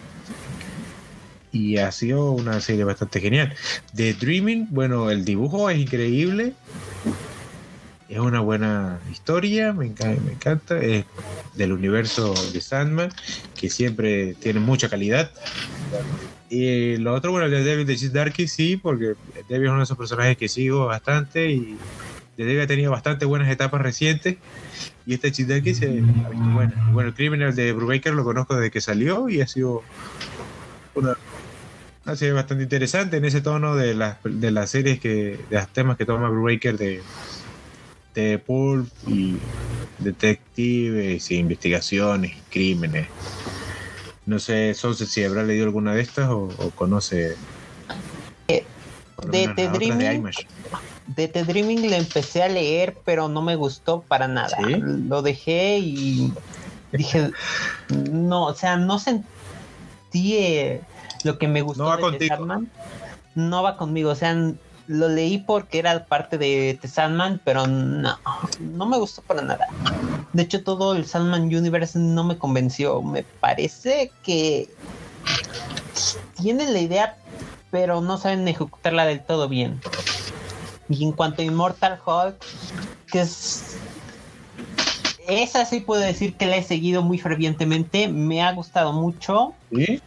A: y ha sido una serie bastante genial. The Dreaming, bueno, el dibujo es increíble, es una buena historia, me encanta, me encanta, es del universo de Sandman, que siempre tiene mucha calidad. Y lo otro, bueno, el de David de Chip Zdarsky, sí, porque David es uno de esos personajes que sigo bastante, y David ha tenido bastante buenas etapas recientes, y este Chip Zdarsky se ha visto buena. Bueno, el Criminal de Brubaker lo conozco desde que salió y ha sido una, una serie bastante interesante en ese tono de las de las series que, de los temas que toma Brubaker de, de pulp y detectives e investigaciones y crímenes. No sé, Sonce, si habrá leído alguna de estas o, o conoce
B: eh, de The Dreaming. De The Dreaming le empecé a leer, pero no me gustó para nada.
A: ¿Sí?
B: Lo dejé y dije, no, o sea, no sentí eh, lo que me gustó
A: no va
B: de
A: contigo.
B: The Sandman. No va conmigo, o sea, lo leí porque era parte de The Sandman, pero no, no me gustó para nada. De hecho, todo el Sandman Universe no me convenció. Me parece que tienen la idea, pero no saben ejecutarla del todo bien. Y en cuanto a Immortal Hulk, que es... esa sí puedo decir que la he seguido muy fervientemente. Me ha gustado mucho.
A: ¿Sí?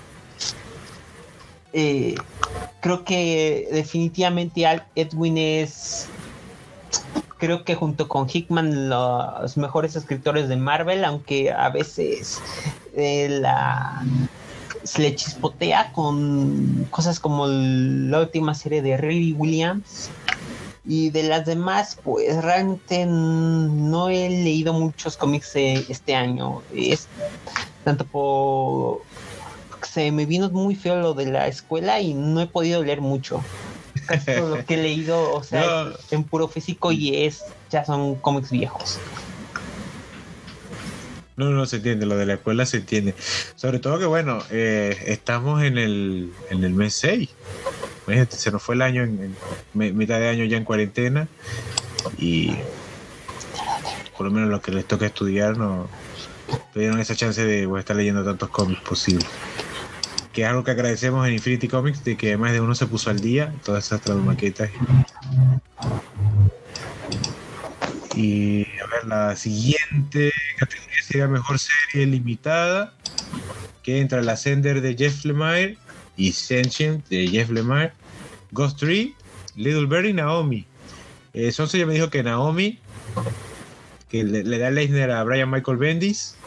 B: Eh, creo que definitivamente Al Ewing es... creo que junto con Hickman los mejores escritores de Marvel, aunque a veces eh, la... se le chispotea con cosas como la última serie de Riri Williams. Y de las demás, pues realmente no he leído muchos cómics eh, este año. Es tanto por... se me vino muy feo lo de la escuela y no he podido leer mucho. Casi todo lo que he leído, o sea, no. en puro físico, y es ya son cómics viejos.
A: No, no se entiende, lo de la escuela se entiende. Sobre todo que, bueno, eh, estamos en el, en el mes seis. Imagínate, se nos fue el año, en, en mitad de año ya en cuarentena. Y por lo menos los que les toca estudiar no tuvieron esa chance de pues, estar leyendo tantos cómics posibles. Que es algo que agradecemos en Infinity Comics, de que más de uno se puso al día, todas esas traumaquetas. Y a ver, la siguiente categoría sería mejor serie limitada, que entra la Ascender de Jeff Lemire y Sentient de Jeff Lemire, Ghost Tree, Little Bird y Naomi. Eh, Sonso ya me dijo que Naomi, que le, le da el Eisner a Brian Michael Bendis.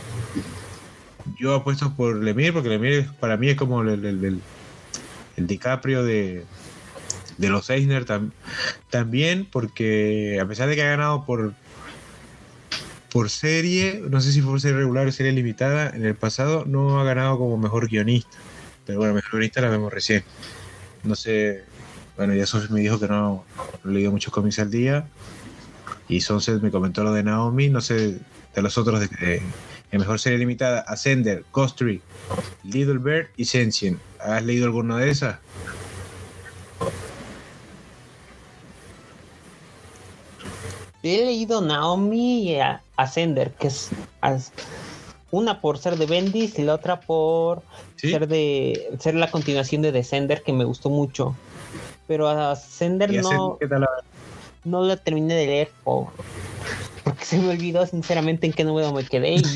A: Yo apuesto por Lemire, porque Lemire para mí es como el, el, el, el DiCaprio de... de los Eisner tam, también, porque a pesar de que ha ganado por por serie, no sé si por serie regular o serie limitada, en el pasado no ha ganado como mejor guionista, pero bueno, mejor guionista la vemos recién. No sé, bueno, ya Sofía me dijo que no, no he leído muchos cómics al día, y Sunset me comentó lo de Naomi, no sé de los otros de, de, de mejor serie limitada: Ascender, Ghost Tree, Little Bird y Sentient. ¿Has leído alguna de esas?
B: He leído Naomi y Ascender, que es una por ser de Bendis y la otra por ¿sí? ser de ser la continuación de Descender, que me gustó mucho. Pero Ascender no, no la terminé de leer por, porque se me olvidó sinceramente en qué número me quedé. Y...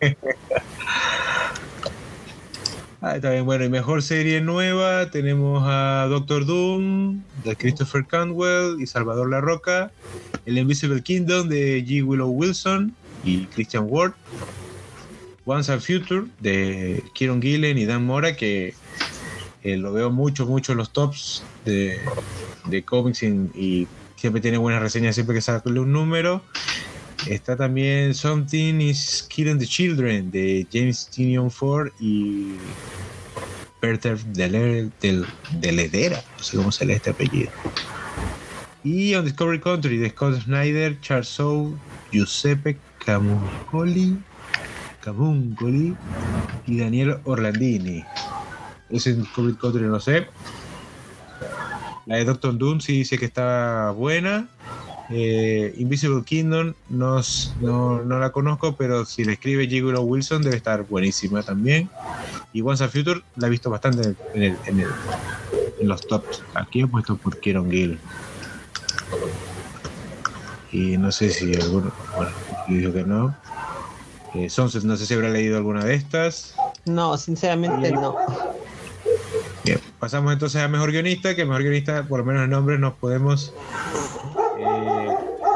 A: ah, está bien. Bueno, y mejor serie nueva tenemos a Doctor Doom de Christopher Cantwell y Salvador Larroca, El Invisible Kingdom de G. Willow Wilson y Christian Ward, Once and Future de Kieron Gillen y Dan Mora, que eh, lo veo mucho, mucho en los tops de, de cómics y, y siempre tiene buenas reseñas siempre que sale un número. Está también Something is Killing the Children de James Tynion Ford y Peter de Ledera, no sé cómo se lee este apellido. Y On Discovery Country de Scott Snyder, Charles Soule, Giuseppe Camuncoli, Camuncoli y Daniel Orlandini. Ese Discovery Country no sé. La de Doctor Doom sí dice que está buena. Eh, Invisible Kingdom no, no, no la conozco, pero si la escribe G. Willow Wilson debe estar buenísima también. Y Once and Future la he visto bastante en, el, en, el, en los tops. Aquí he puesto por Kieron Gillen. Y no sé si alguno, bueno, dijo que no. Eh, Sunset, no sé si habrá leído alguna de estas.
B: No, sinceramente y, no.
A: Bien, pasamos entonces a mejor guionista, que mejor guionista, por lo menos en nombre nos podemos eh,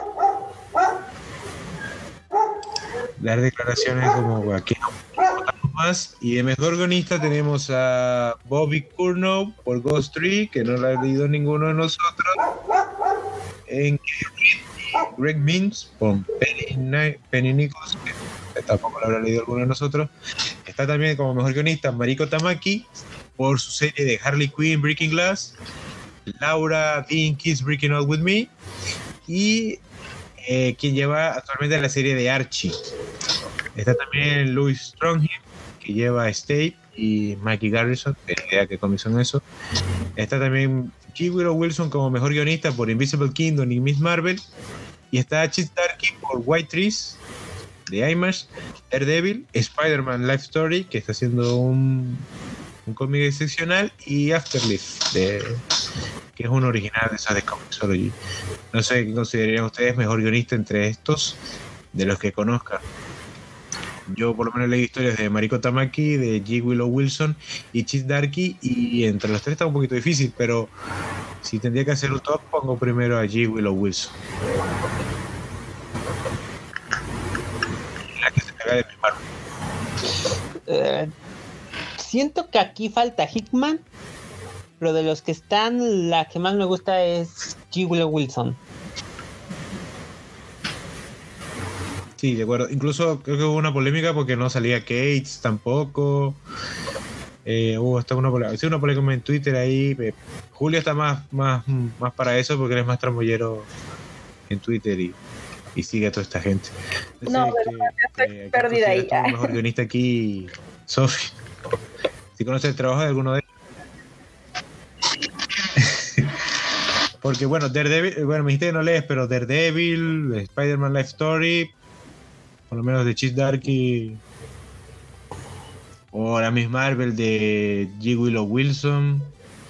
A: dar declaraciones como aquí más. Y de mejor guionista tenemos a Bobby Curnow por Ghost Tree, que no la ha leído ninguno de nosotros. En Greg Mintz por Penny, Penny Nichols, que tampoco lo habrá leído alguno de nosotros. Está también como mejor guionista Mariko Tamaki por su serie de Harley Quinn Breaking Glass, Laura Dean Keys Breaking Out With Me, y eh, quien lleva actualmente la serie de Archie. Está también Louis Strongham, que lleva State, y Mikey Garrison, que idea que cómics son eso. Está también G. Willow Wilson como mejor guionista por Invisible Kingdom y Miss Marvel. Y está Chip Zdarsky por White Trees de Image, Daredevil, Spider-Man Life Story, que está haciendo un, un cómic excepcional, y Afterlife, de, que es un original de esa de Comixology. No sé qué considerarían ustedes mejor guionista entre estos, de los que conozcan. Yo por lo menos leí historias de Mariko Tamaki, de G. Willow Wilson y Chip Zdarsky, y entre los tres está un poquito difícil, pero si tendría que hacer un top, pongo primero a G. Willow Wilson. La que se caga de mi mano.
B: Uh, siento que aquí falta Hickman, pero de los que están, la que más me gusta es G. Willow Wilson.
A: Sí, de acuerdo. Incluso creo que hubo una polémica porque no salía Cates tampoco. Eh, hubo hasta una polémica, sí, una polémica en Twitter ahí. Eh, Julio está más, más, más para eso porque él es más tramoyero en Twitter y y sigue a toda esta gente.
C: No,
A: Entonces,
C: pero
A: que,
C: estoy
A: que,
C: perdida ahí.
A: el mejor guionista aquí, Sophie. Si conoces el trabajo de alguno de ellos. Porque bueno, Daredevil, bueno, me dijiste que no lees, pero Daredevil, Spider-Man Life Story, por lo menos de Chip Darky, o la Miss Marvel de G. Willow Wilson.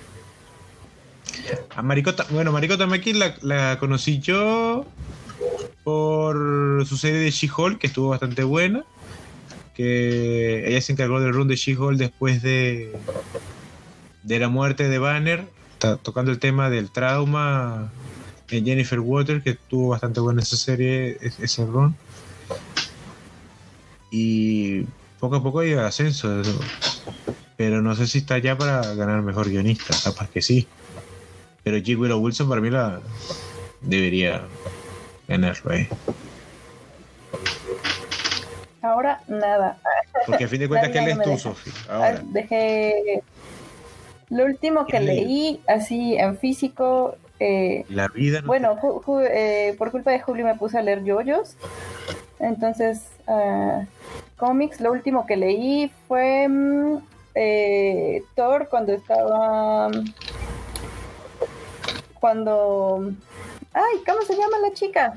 A: A Maricota, bueno, Maricota McKee la, la conocí yo por su serie de She-Hulk, que estuvo bastante buena, que ella se encargó del run de She-Hulk después de de la muerte de Banner, está tocando el tema del trauma en Jennifer Waters, que estuvo bastante buena esa serie, ese run, y poco a poco hay ascenso, pero no sé si está ya para ganar mejor guionista, capaz que sí, pero G. Willow Wilson para mí la debería ganarlo, ¿eh?
C: Ahora nada.
A: Porque a fin de cuentas, ¿qué lees
C: me
A: tú,
C: deja.
A: Sofi? Ahora.
C: Ah, Dejé lo último que leí así en físico. Eh,
A: La vida. No
C: bueno, ju, ju, eh, por culpa de Julio me puse a leer yoyos. Entonces, uh, cómics, lo último que leí fue mm, eh, Thor cuando estaba. Cuando. Ay, ¿cómo se llama la chica?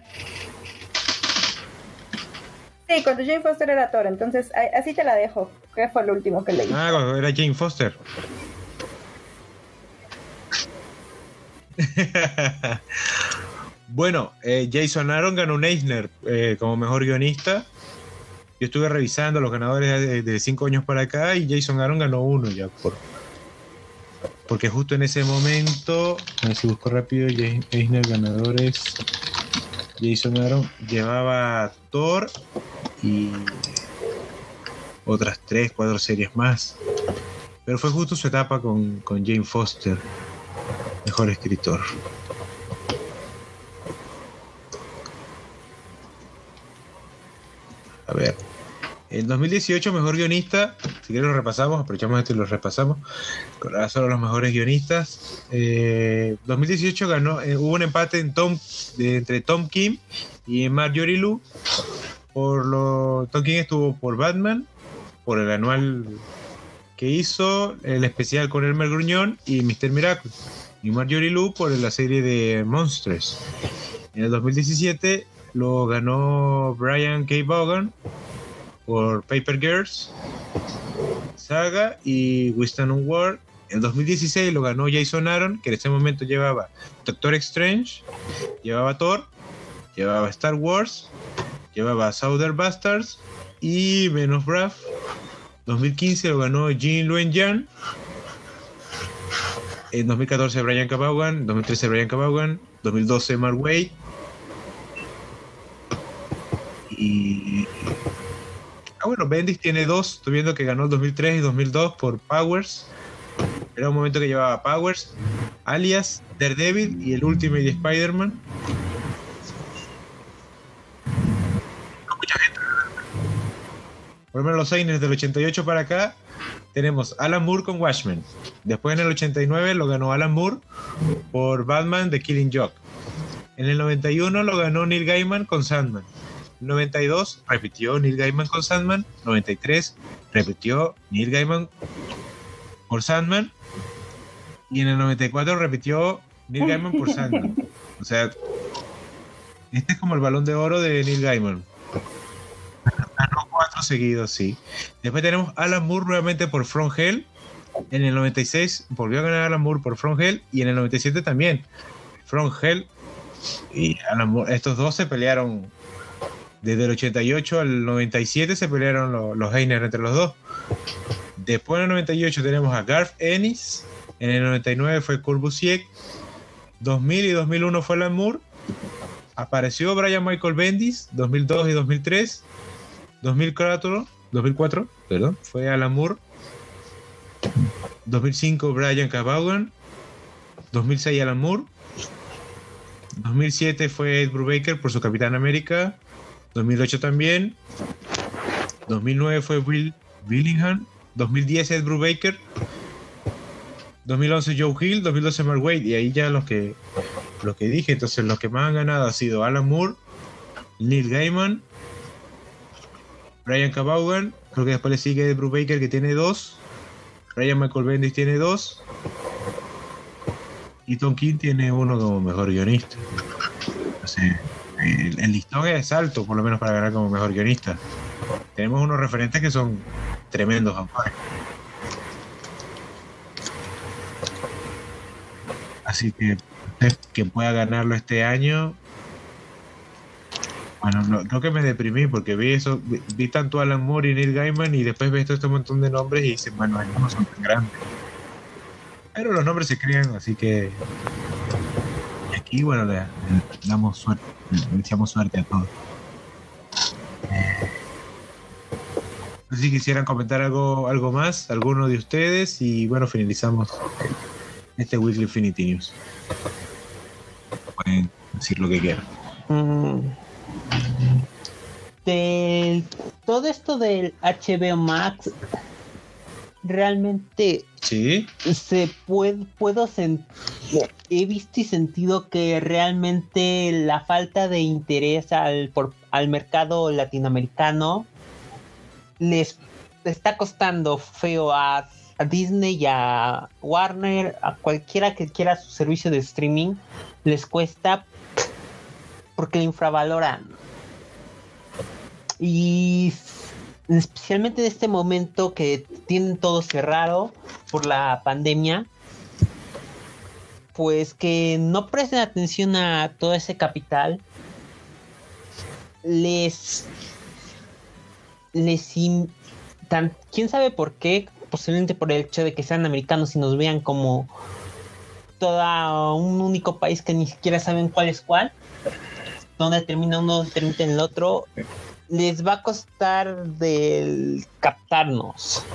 C: Sí, cuando Jane Foster era Thor, entonces así te la dejo. ¿Qué fue lo último que leí?
A: Ah, cuando era Jane Foster. Bueno, eh, Jason Aaron ganó un Eisner eh, como mejor guionista. Yo estuve revisando los ganadores de, de cinco años para acá y Jason Aaron ganó uno ya por, porque justo en ese momento, a ver si busco rápido, Eisner ganadores. Jason Aaron llevaba Thor y otras tres, cuatro series más. Pero fue justo su etapa con, con Jane Foster, mejor escritor. A ver. En dos mil dieciocho, mejor guionista. Si quieres lo repasamos, aprovechamos esto y lo repasamos. Ahora solo los mejores guionistas. Eh, dos mil dieciocho ganó, eh, hubo un empate en Tom, de, entre Tom Kim y Marjorie Liu. Por lo, Tom Kim estuvo por Batman, por el anual que hizo, el especial con Elmer Gruñón y mister Miracle. Y Marjorie Liu por la serie de Monsters. En el dos mil diecisiete lo ganó Brian K. Vaughan por Paper Girls, Saga y Wisdom and War. En dos mil dieciséis lo ganó Jason Aaron, que en ese momento llevaba Doctor Strange, llevaba Thor, llevaba Star Wars, llevaba Southern Bastards y Men of Wrath. dos mil quince lo ganó Jean Luen Yang. En dos mil catorce Brian K. Vaughan, dos mil trece Brian K. Vaughan, dos mil doce Mark Waid. Y ah, bueno, Bendis tiene dos. Estoy viendo que ganó el dos mil tres y dos mil dos por Powers. Era un momento que llevaba Powers, Alias, Daredevil y el Ultimate Spider-Man. No, mucha gente. Por lo menos los Einers del ochenta y ocho para acá tenemos Alan Moore con Watchmen. Después en el ochenta y nueve lo ganó Alan Moore por Batman The Killing Joke. En el noventa y uno lo ganó Neil Gaiman con Sandman. noventa y dos repitió Neil Gaiman con Sandman. noventa y tres repitió Neil Gaiman por Sandman. Y en el noventa y cuatro repitió Neil Gaiman por Sandman. O sea, este es como el balón de oro de Neil Gaiman. Ganó cuatro seguidos, sí. Después tenemos Alan Moore nuevamente por From Hell. En el noventa y seis volvió a ganar Alan Moore por From Hell. Y en el noventa y siete también. From Hell y Alan Moore. Estos dos se pelearon. Desde el ochenta y ocho al noventa y siete se pelearon los, los Eisner entre los dos. Después en el noventa y ocho tenemos a Garth Ennis. En el noventa y nueve fue Kurt Busiek. dos mil y dos mil uno fue Alan Moore. Apareció Brian Michael Bendis. dos mil dos y dos mil tres. dos mil cuatro, dos mil cuatro perdón, fue Alan Moore. dos mil cinco Brian K. Vaughan. dos mil seis Alan Moore. dos mil siete fue Ed Brubaker por su Capitán América. dos mil ocho también. dos mil nueve fue Will Billingham. dos mil diez Ed Brubaker. dos mil once Joe Hill. dos mil doce Mark Waid. Y ahí ya los que los que dije. Entonces los que más han ganado ha sido Alan Moore Neil Gaiman, Brian K. Vaughan, creo que después le sigue Bruce Baker, que tiene dos, Brian Michael Bendis tiene dos, y Tom King tiene uno como mejor guionista. O sea, el, el listón es alto, por lo menos para ganar como mejor guionista. Tenemos unos referentes que son tremendos autores. Así que quien pueda ganarlo este año, bueno, no, creo que me deprimí porque vi eso, vi, vi tanto a Alan Moore y Neil Gaiman y después ves todo este montón de nombres y dices, bueno, ellos no son tan grandes. Pero los nombres se crean, así que aquí, bueno, le, le damos suerte, le echamos suerte a todos. Eh, no sé si quisieran comentar algo, algo más, alguno de ustedes, y bueno, finalizamos este Weekly Infinity News. Pueden decir lo que quieran.
B: Mm. De todo esto del H B O Max, realmente
A: sí
B: se puede, puedo sentir, he visto y sentido que realmente la falta de interés al, por, al mercado latinoamericano les está costando feo a, a Disney y a Warner, a cualquiera que quiera su servicio de streaming, les cuesta porque lo infravaloran. Y especialmente en este momento que tienen todo cerrado por la pandemia, pues que no presten atención a todo ese capital, les les in, tan, quién sabe por qué, posiblemente por el hecho de que sean americanos y nos vean como todo un único país que ni siquiera saben cuál es cuál, dónde termina uno, dónde termina el otro, les va a costar del captarnos.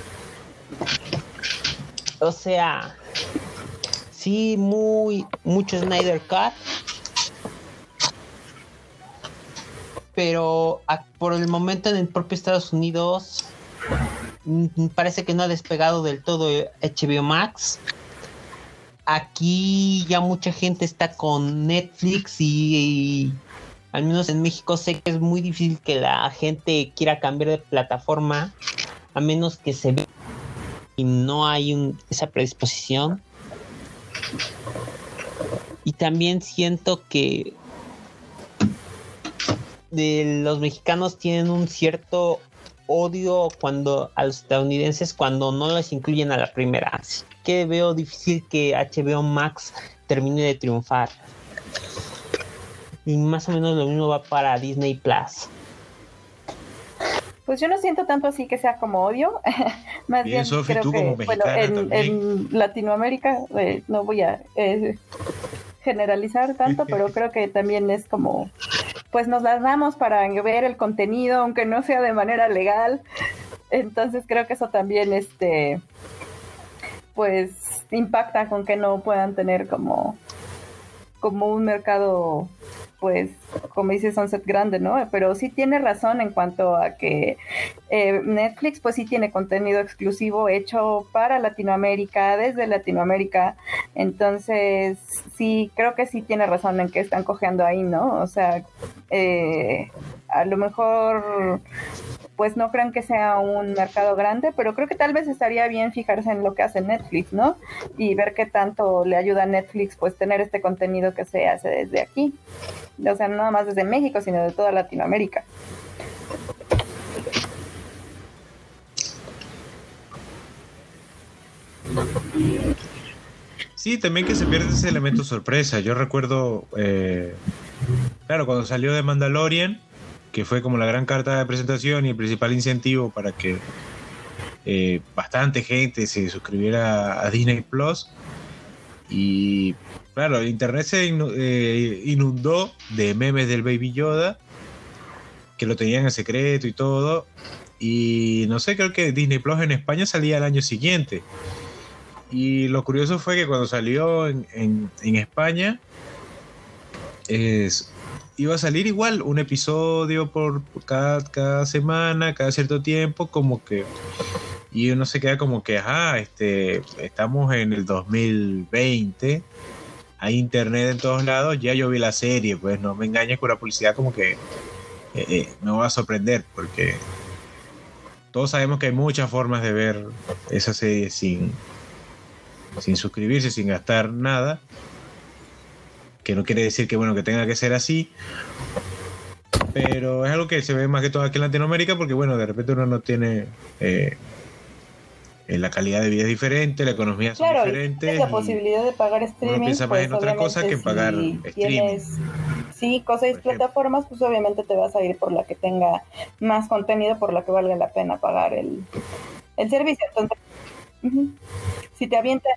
B: O sea, sí, muy mucho Snyder Cut, pero a, por el momento en el propio Estados Unidos m- parece que no ha despegado del todo H B O Max. Aquí ya mucha gente está con Netflix y, y al menos en México sé que es muy difícil que la gente quiera cambiar de plataforma a menos que se vea y no hay un, esa predisposición. Y también siento que de los mexicanos tienen un cierto odio cuando a los estadounidenses cuando no los incluyen a la primera. Así que veo difícil que H B O Max termine de triunfar. Y más o menos lo mismo va para Disney Plus.
C: Pues yo no siento tanto así que sea como odio. Más bien,
A: bien Sofi,
C: creo
A: tú
C: que
A: como
C: bueno,
A: mexicana
C: en,
A: también.
C: en Latinoamérica eh, no voy a eh, generalizar tanto, pero creo que también es como, pues nos las damos para ver el contenido, aunque no sea de manera legal. Entonces creo que eso también, este, pues impacta con que no puedan tener como, como un mercado, pues, como dice Sunset grande, ¿no? Pero sí tiene razón en cuanto a que eh, Netflix, pues sí tiene contenido exclusivo hecho para Latinoamérica, desde Latinoamérica. Entonces, sí, creo que sí tiene razón en que están cojeando ahí, ¿no? O sea, eh, a lo mejor, pues no crean que sea un mercado grande, pero creo que tal vez estaría bien fijarse en lo que hace Netflix, ¿no? Y ver qué tanto le ayuda a Netflix, pues, tener este contenido que se hace desde aquí. O sea, no nada más desde México, sino de toda Latinoamérica.
A: Sí, también que se pierde ese elemento sorpresa. Yo recuerdo, eh, claro, cuando salió de Mandalorian, que fue como la gran carta de presentación y el principal incentivo para que eh, bastante gente se suscribiera a Disney Plus. Y claro, internet se inundó de memes del Baby Yoda, que lo tenían en secreto y todo. Y no sé, creo que Disney Plus en España salía el año siguiente. Y lo curioso fue que cuando salió en, en, en España, es, iba a salir igual un episodio por cada, cada semana, cada cierto tiempo, como que... Y uno se queda como que, ajá, este, estamos en el dos mil veinte, hay internet en todos lados, ya yo vi la serie, pues no me engañes con la publicidad como que eh, eh, me voy a sorprender, porque todos sabemos que hay muchas formas de ver esa serie sin, sin suscribirse, sin gastar nada, que no quiere decir que bueno que tenga que ser así, pero es algo que se ve más que todo aquí en Latinoamérica, porque bueno, de repente uno no tiene eh, la calidad de vida es diferente, la economía es
C: claro,
A: diferente,
C: y la posibilidad de pagar streaming,
A: uno piensa más
C: pues
A: en otra cosa que
C: si
A: pagar streaming.
C: Tienes, sí, cosas y plataformas, pues obviamente te vas a ir por la que tenga más contenido, por la que valga la pena pagar el, el servicio. Entonces, uh-huh. si te avientas...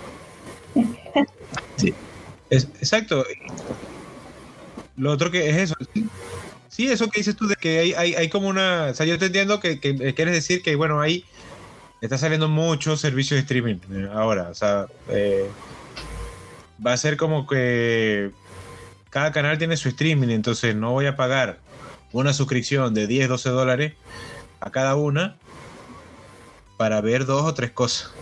A: sí, es, exacto. Lo otro que es eso. Sí, eso que dices tú de que hay, hay, hay como una... O sea, yo te entiendo que, que quieres decir que, bueno, ahí está saliendo mucho servicio de streaming eh, ahora. O sea, eh, va a ser como que cada canal tiene su streaming, entonces no voy a pagar una suscripción de diez, doce dólares a cada una para ver dos o tres cosas.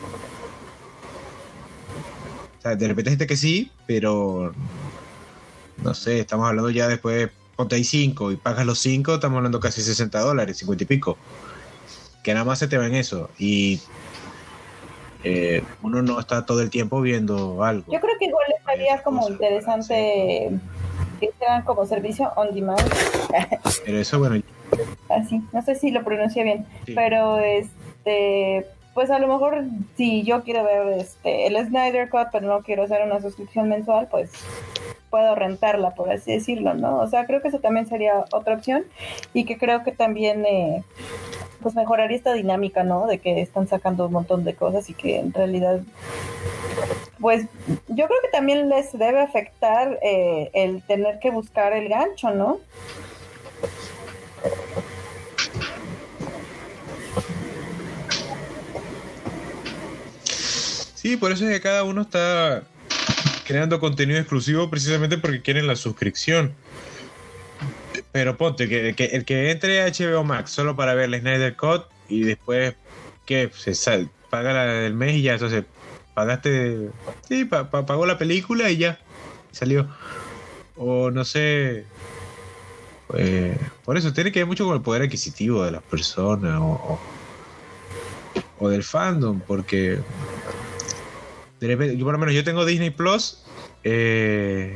A: O sea, de repente hay gente que sí, pero no sé, estamos hablando ya después, ponte ahí cinco y pagas los cinco, estamos hablando casi sesenta dólares, cincuenta y pico. Que nada más se te va en eso. Y eh, uno no está todo el tiempo viendo algo.
C: Yo creo que igual estaría como cosas, interesante que sean como servicio on demand.
A: Pero eso, bueno.
C: Así, no sé si lo pronuncié bien, sí. Pero este, pues a lo mejor si yo quiero ver este el Snyder Cut, pero no quiero hacer una suscripción mensual, pues puedo rentarla, por así decirlo, ¿no? O sea, creo que eso también sería otra opción y que creo que también eh, pues mejoraría esta dinámica, ¿no? De que están sacando un montón de cosas y que en realidad, pues yo creo que también les debe afectar eh, el tener que buscar el gancho, ¿no?
A: Sí, por eso es que cada uno está creando contenido exclusivo precisamente porque quieren la suscripción. Pero ponte, que, que el que entre a H B O Max solo para ver el Snyder Cut y después que se sal, paga la del mes y ya, entonces pagaste, sí, pa, pa, pagó la película y ya, salió. O no sé, eh, por eso tiene que ver mucho con el poder adquisitivo de las personas o, o, o del fandom, porque de repente, yo por lo menos yo tengo Disney Plus, eh,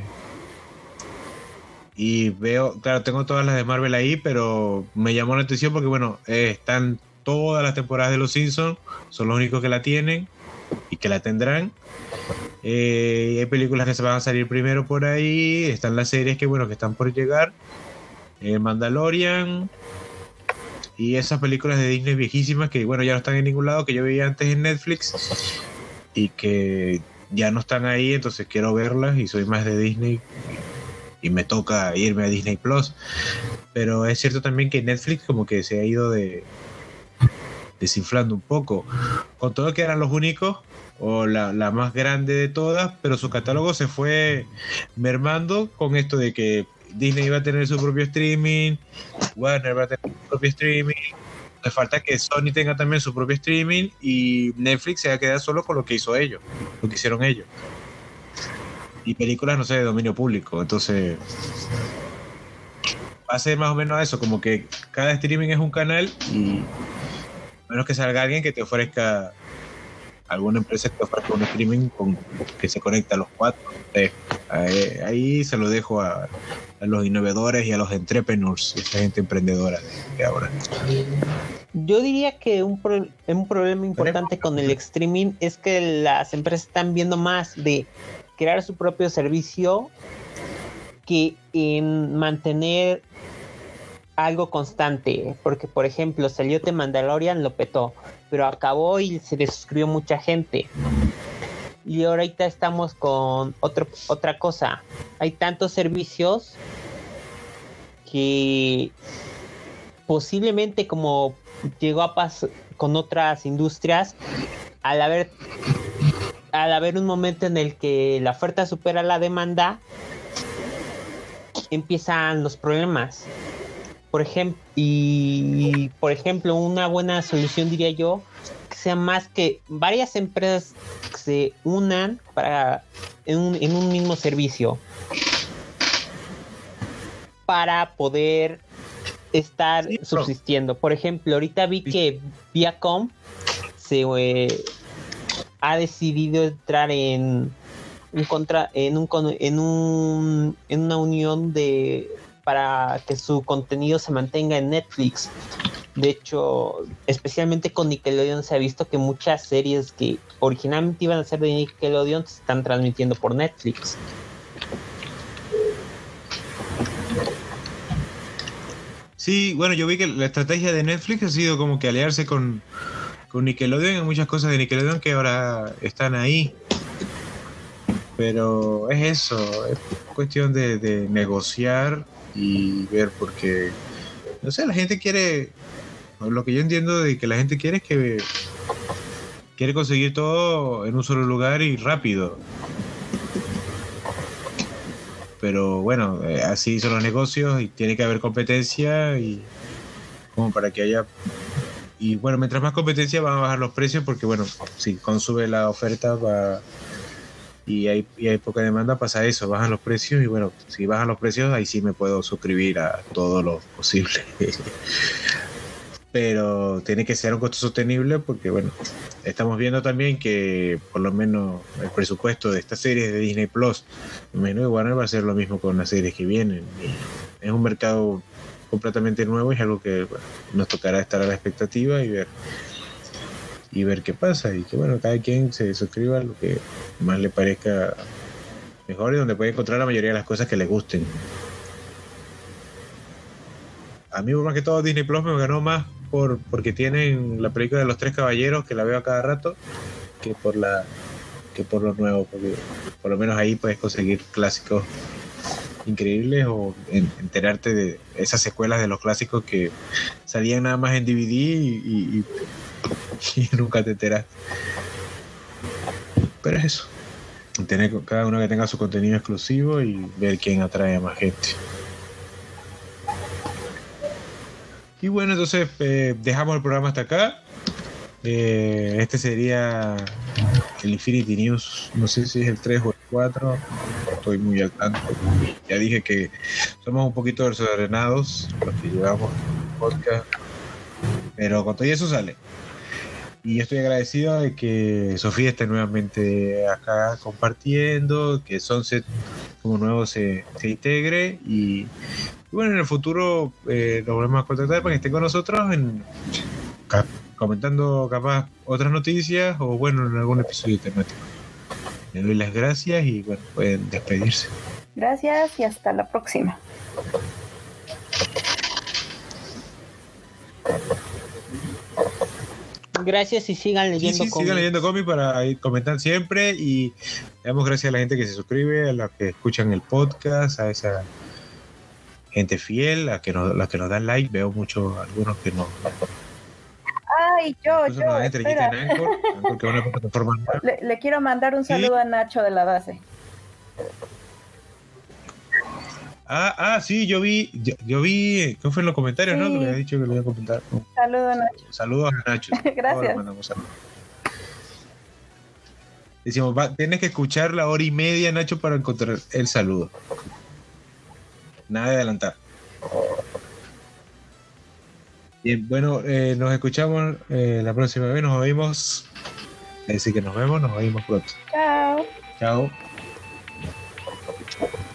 A: y veo, claro, tengo todas las de Marvel ahí, pero me llamó la atención porque, bueno, eh, están todas las temporadas de Los Simpsons, son los únicos que la tienen y que la tendrán. Eh, hay películas que se van a salir primero por ahí, están las series que, bueno, que están por llegar, eh, Mandalorian y esas películas de Disney viejísimas que, bueno, ya no están en ningún lado, que yo veía antes en Netflix y que ya no están ahí, entonces quiero verlas y soy más de Disney y me toca irme a Disney Plus. Pero es cierto también que Netflix como que se ha ido de desinflando un poco, con todo que eran los únicos o la, la más grande de todas, pero su catálogo se fue mermando con esto de que Disney iba a tener su propio streaming, Warner va a tener su propio streaming, le falta que Sony tenga también su propio streaming y Netflix se va a quedar solo con lo que hizo ellos, lo que hicieron ellos. Y películas, no sé, de dominio público. Entonces va a ser más o menos eso, como que cada streaming es un canal y a menos que salga alguien que te ofrezca, alguna empresa que te ofrezca un streaming con, que se conecta a los cuatro. Eh, ahí, ahí se lo dejo a, a los innovadores y a los entrepreneurs, esa gente emprendedora de, de ahora.
B: Yo diría que un, pro, un problema importante con el streaming es que las empresas están viendo más de crear su propio servicio que en mantener algo constante, porque por ejemplo salió The Mandalorian, lo petó, pero acabó y se le suscribió mucha gente. Y ahorita estamos con otro, otra cosa, hay tantos servicios que posiblemente, como llegó a pasar con otras industrias, al haber al haber un momento en el que la oferta supera la demanda, empiezan los problemas. Por ejemplo, y por ejemplo, una buena solución, diría yo, que sea más que varias empresas que se unan para en un, en un mismo servicio para poder estar
A: Sí,
B: subsistiendo. Por ejemplo, ahorita vi que Viacom se eh, ha decidido entrar en un contra en un en un en una unión de para que su contenido se mantenga en Netflix. De hecho, especialmente con Nickelodeon se ha visto que muchas series que originalmente iban a ser de Nickelodeon se están transmitiendo por Netflix.
A: Sí, bueno, yo vi que la estrategia de Netflix ha sido como que aliarse con, con Nickelodeon en muchas cosas de Nickelodeon que ahora están ahí. Pero es eso, es cuestión de, de negociar y ver, porque, no sé, la gente quiere, lo que yo entiendo de que la gente quiere es que quiere conseguir todo en un solo lugar y rápido. Pero bueno, eh, así son los negocios y tiene que haber competencia y como para que haya... Y bueno, mientras más competencia van a bajar los precios porque bueno, si consume la oferta va... y hay, y hay poca demanda, pasa eso, bajan los precios y bueno, si bajan los precios ahí sí me puedo suscribir a todo lo posible. Pero tiene que ser un costo sostenible porque bueno, estamos viendo también que por lo menos el presupuesto de estas series de Disney Plus, menos de Warner, va a ser lo mismo con las series que vienen. Y es un mercado completamente nuevo y es algo que bueno, nos tocará estar a la expectativa y ver y ver qué pasa y que bueno, cada quien se suscriba a lo que más le parezca mejor y donde puede encontrar la mayoría de las cosas que le gusten. A mí más que todo Disney Plus me ganó más por porque tienen la película de los Tres Caballeros, que la veo a cada rato, que por la que por lo nuevo, porque por lo menos ahí puedes conseguir clásicos increíbles o en, enterarte de esas secuelas de los clásicos que salían nada más en D V D y, y, y nunca te enteras. Pero es eso, tener cada uno que tenga su contenido exclusivo y ver quién atrae a más gente. Y bueno, entonces eh, dejamos el programa hasta acá. Eh, este sería el Infinity News, no sé si es el tres o el cuatro, estoy muy al tanto. Ya dije que somos un poquito desordenados los que llevamos el podcast, pero con todo eso sale. Y estoy agradecido de que Sofía esté nuevamente acá compartiendo, que Sunset como nuevo se, se integre y, y bueno, en el futuro eh, nos volvemos a contactar para que estén con nosotros en, ca- comentando capaz otras noticias o bueno, en algún episodio temático. Les doy las gracias y bueno, pueden despedirse.
C: Gracias y hasta la próxima.
B: Gracias y sigan leyendo
A: Sí, sí,
B: cómics.
A: sigan leyendo cómics para ir comentar siempre y le damos gracias a la gente que se suscribe, a los que escuchan el podcast, a esa gente fiel, a que nos, las que nos dan like. Veo muchos, algunos que no.
C: Ay, yo,
A: Incluso
C: yo,
A: nos dan estrellita
C: espera.
A: en Anchor, Anchor, que es una plataforma nueva.
C: Le, le quiero mandar un
A: Sí.
C: saludo a Nacho de la base.
A: Ah, ah, sí, yo vi, yo, yo vi, ¿qué fue en los comentarios,
C: Sí.
A: no? Que me había dicho que lo iba a comentar.
C: Saludo a Nacho.
A: Saludos a Nacho.
C: Gracias.
A: Ahora mandamos saludos. Decimos, va, tienes que escuchar la hora y media, Nacho, para encontrar el saludo. Nada de adelantar. Bien, bueno, eh, nos escuchamos eh, la próxima vez, nos oímos. Así que nos vemos, nos oímos pronto.
C: Chao.
A: Chao.